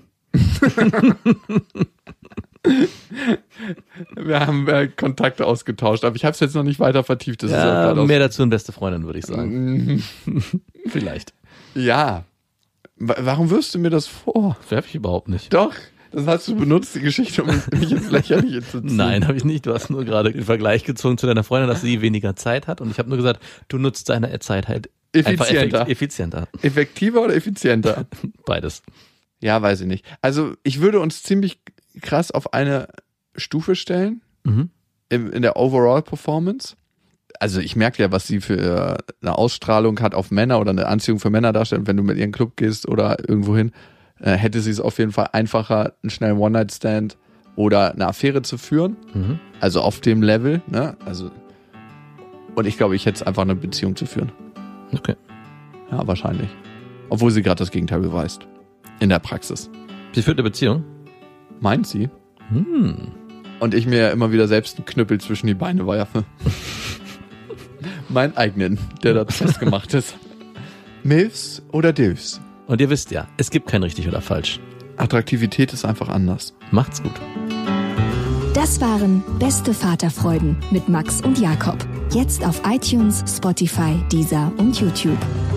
Wir haben Kontakte ausgetauscht, aber ich habe es jetzt noch nicht weiter vertieft. Das ist mehr dazu eine beste Freundin, würde ich sagen. Vielleicht. Ja. Warum wirfst du mir das vor? Werf ich überhaupt nicht. Doch, das hast du benutzt, die Geschichte, um mich ins Lächerliche zu ziehen. Nein, habe ich nicht. Du hast nur gerade den Vergleich gezogen zu deiner Freundin, dass sie weniger Zeit hat. Und ich habe nur gesagt, du nutzt deine Zeit halt effizienter. Effektiver oder effizienter? Beides. Ja, weiß ich nicht. Also ich würde uns ziemlich krass auf eine Stufe stellen in der Overall Performance. Also ich merke ja, was sie für eine Ausstrahlung hat auf Männer oder eine Anziehung für Männer darstellt. Wenn du mit ihren Club gehst oder irgendwo hin, hätte sie es auf jeden Fall einfacher, einen schnellen One-Night-Stand oder eine Affäre zu führen. Mhm. Also auf dem Level. Ne? Also, und ich glaube, ich hätte es einfach eine Beziehung zu führen. Okay. Ja, wahrscheinlich. Obwohl sie gerade das Gegenteil beweist. In der Praxis. Sie führt eine Beziehung? Meint sie. Und ich mir immer wieder selbst einen Knüppel zwischen die Beine werfe. Meinen eigenen, der da festgemacht ist. Milfs oder Dilfs? Und ihr wisst ja, es gibt kein richtig oder falsch. Attraktivität ist einfach anders. Macht's gut. Das waren Beste Vaterfreuden mit Max und Jakob. Jetzt auf iTunes, Spotify, Deezer und YouTube.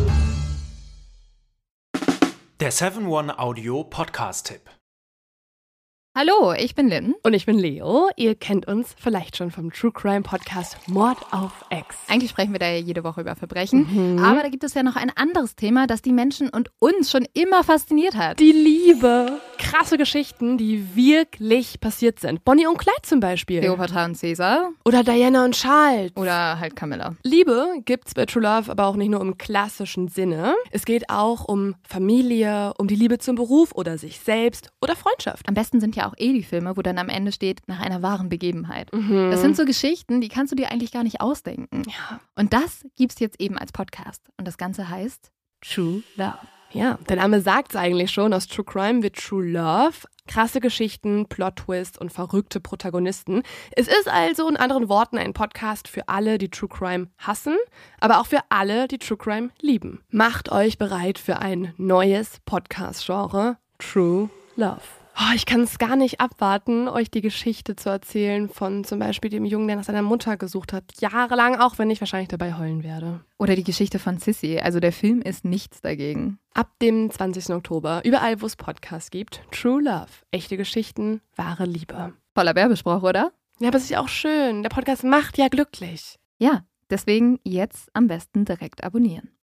Der 7-One-Audio-Podcast-Tipp. Hallo, ich bin Lynn. Und ich bin Leo. Ihr kennt uns vielleicht schon vom True Crime Podcast Mord auf Ex. Eigentlich sprechen wir da ja jede Woche über Verbrechen. Aber da gibt es ja noch ein anderes Thema, das die Menschen und uns schon immer fasziniert hat. Die Liebe. Krasse Geschichten, die wirklich passiert sind. Bonnie und Clyde zum Beispiel. Cleopatra und Caesar. Oder Diana und Charles. Oder halt Camilla. Liebe gibt's bei True Love aber auch nicht nur im klassischen Sinne. Es geht auch um Familie, um die Liebe zum Beruf oder sich selbst oder Freundschaft. Am besten sind ja ja auch die Filme, wo dann am Ende steht, nach einer wahren Begebenheit. Das sind so Geschichten, die kannst du dir eigentlich gar nicht ausdenken. Ja. Und das gibt's jetzt eben als Podcast. Und das Ganze heißt True Love. Ja, der Name sagt's eigentlich schon, aus True Crime wird True Love. Krasse Geschichten, Plot-Twist und verrückte Protagonisten. Es ist also in anderen Worten ein Podcast für alle, die True Crime hassen, aber auch für alle, die True Crime lieben. Macht euch bereit für ein neues Podcast-Genre, True Love. Oh, ich kann es gar nicht abwarten, euch die Geschichte zu erzählen von zum Beispiel dem Jungen, der nach seiner Mutter gesucht hat. Jahrelang, auch wenn ich wahrscheinlich dabei heulen werde. Oder die Geschichte von Sissy. Also der Film ist nichts dagegen. Ab dem 20. Oktober, überall wo es Podcasts gibt, True Love. Echte Geschichten, wahre Liebe. Voller Werbespruch, oder? Ja, aber es ist ja auch schön. Der Podcast macht ja glücklich. Ja, deswegen jetzt am besten direkt abonnieren.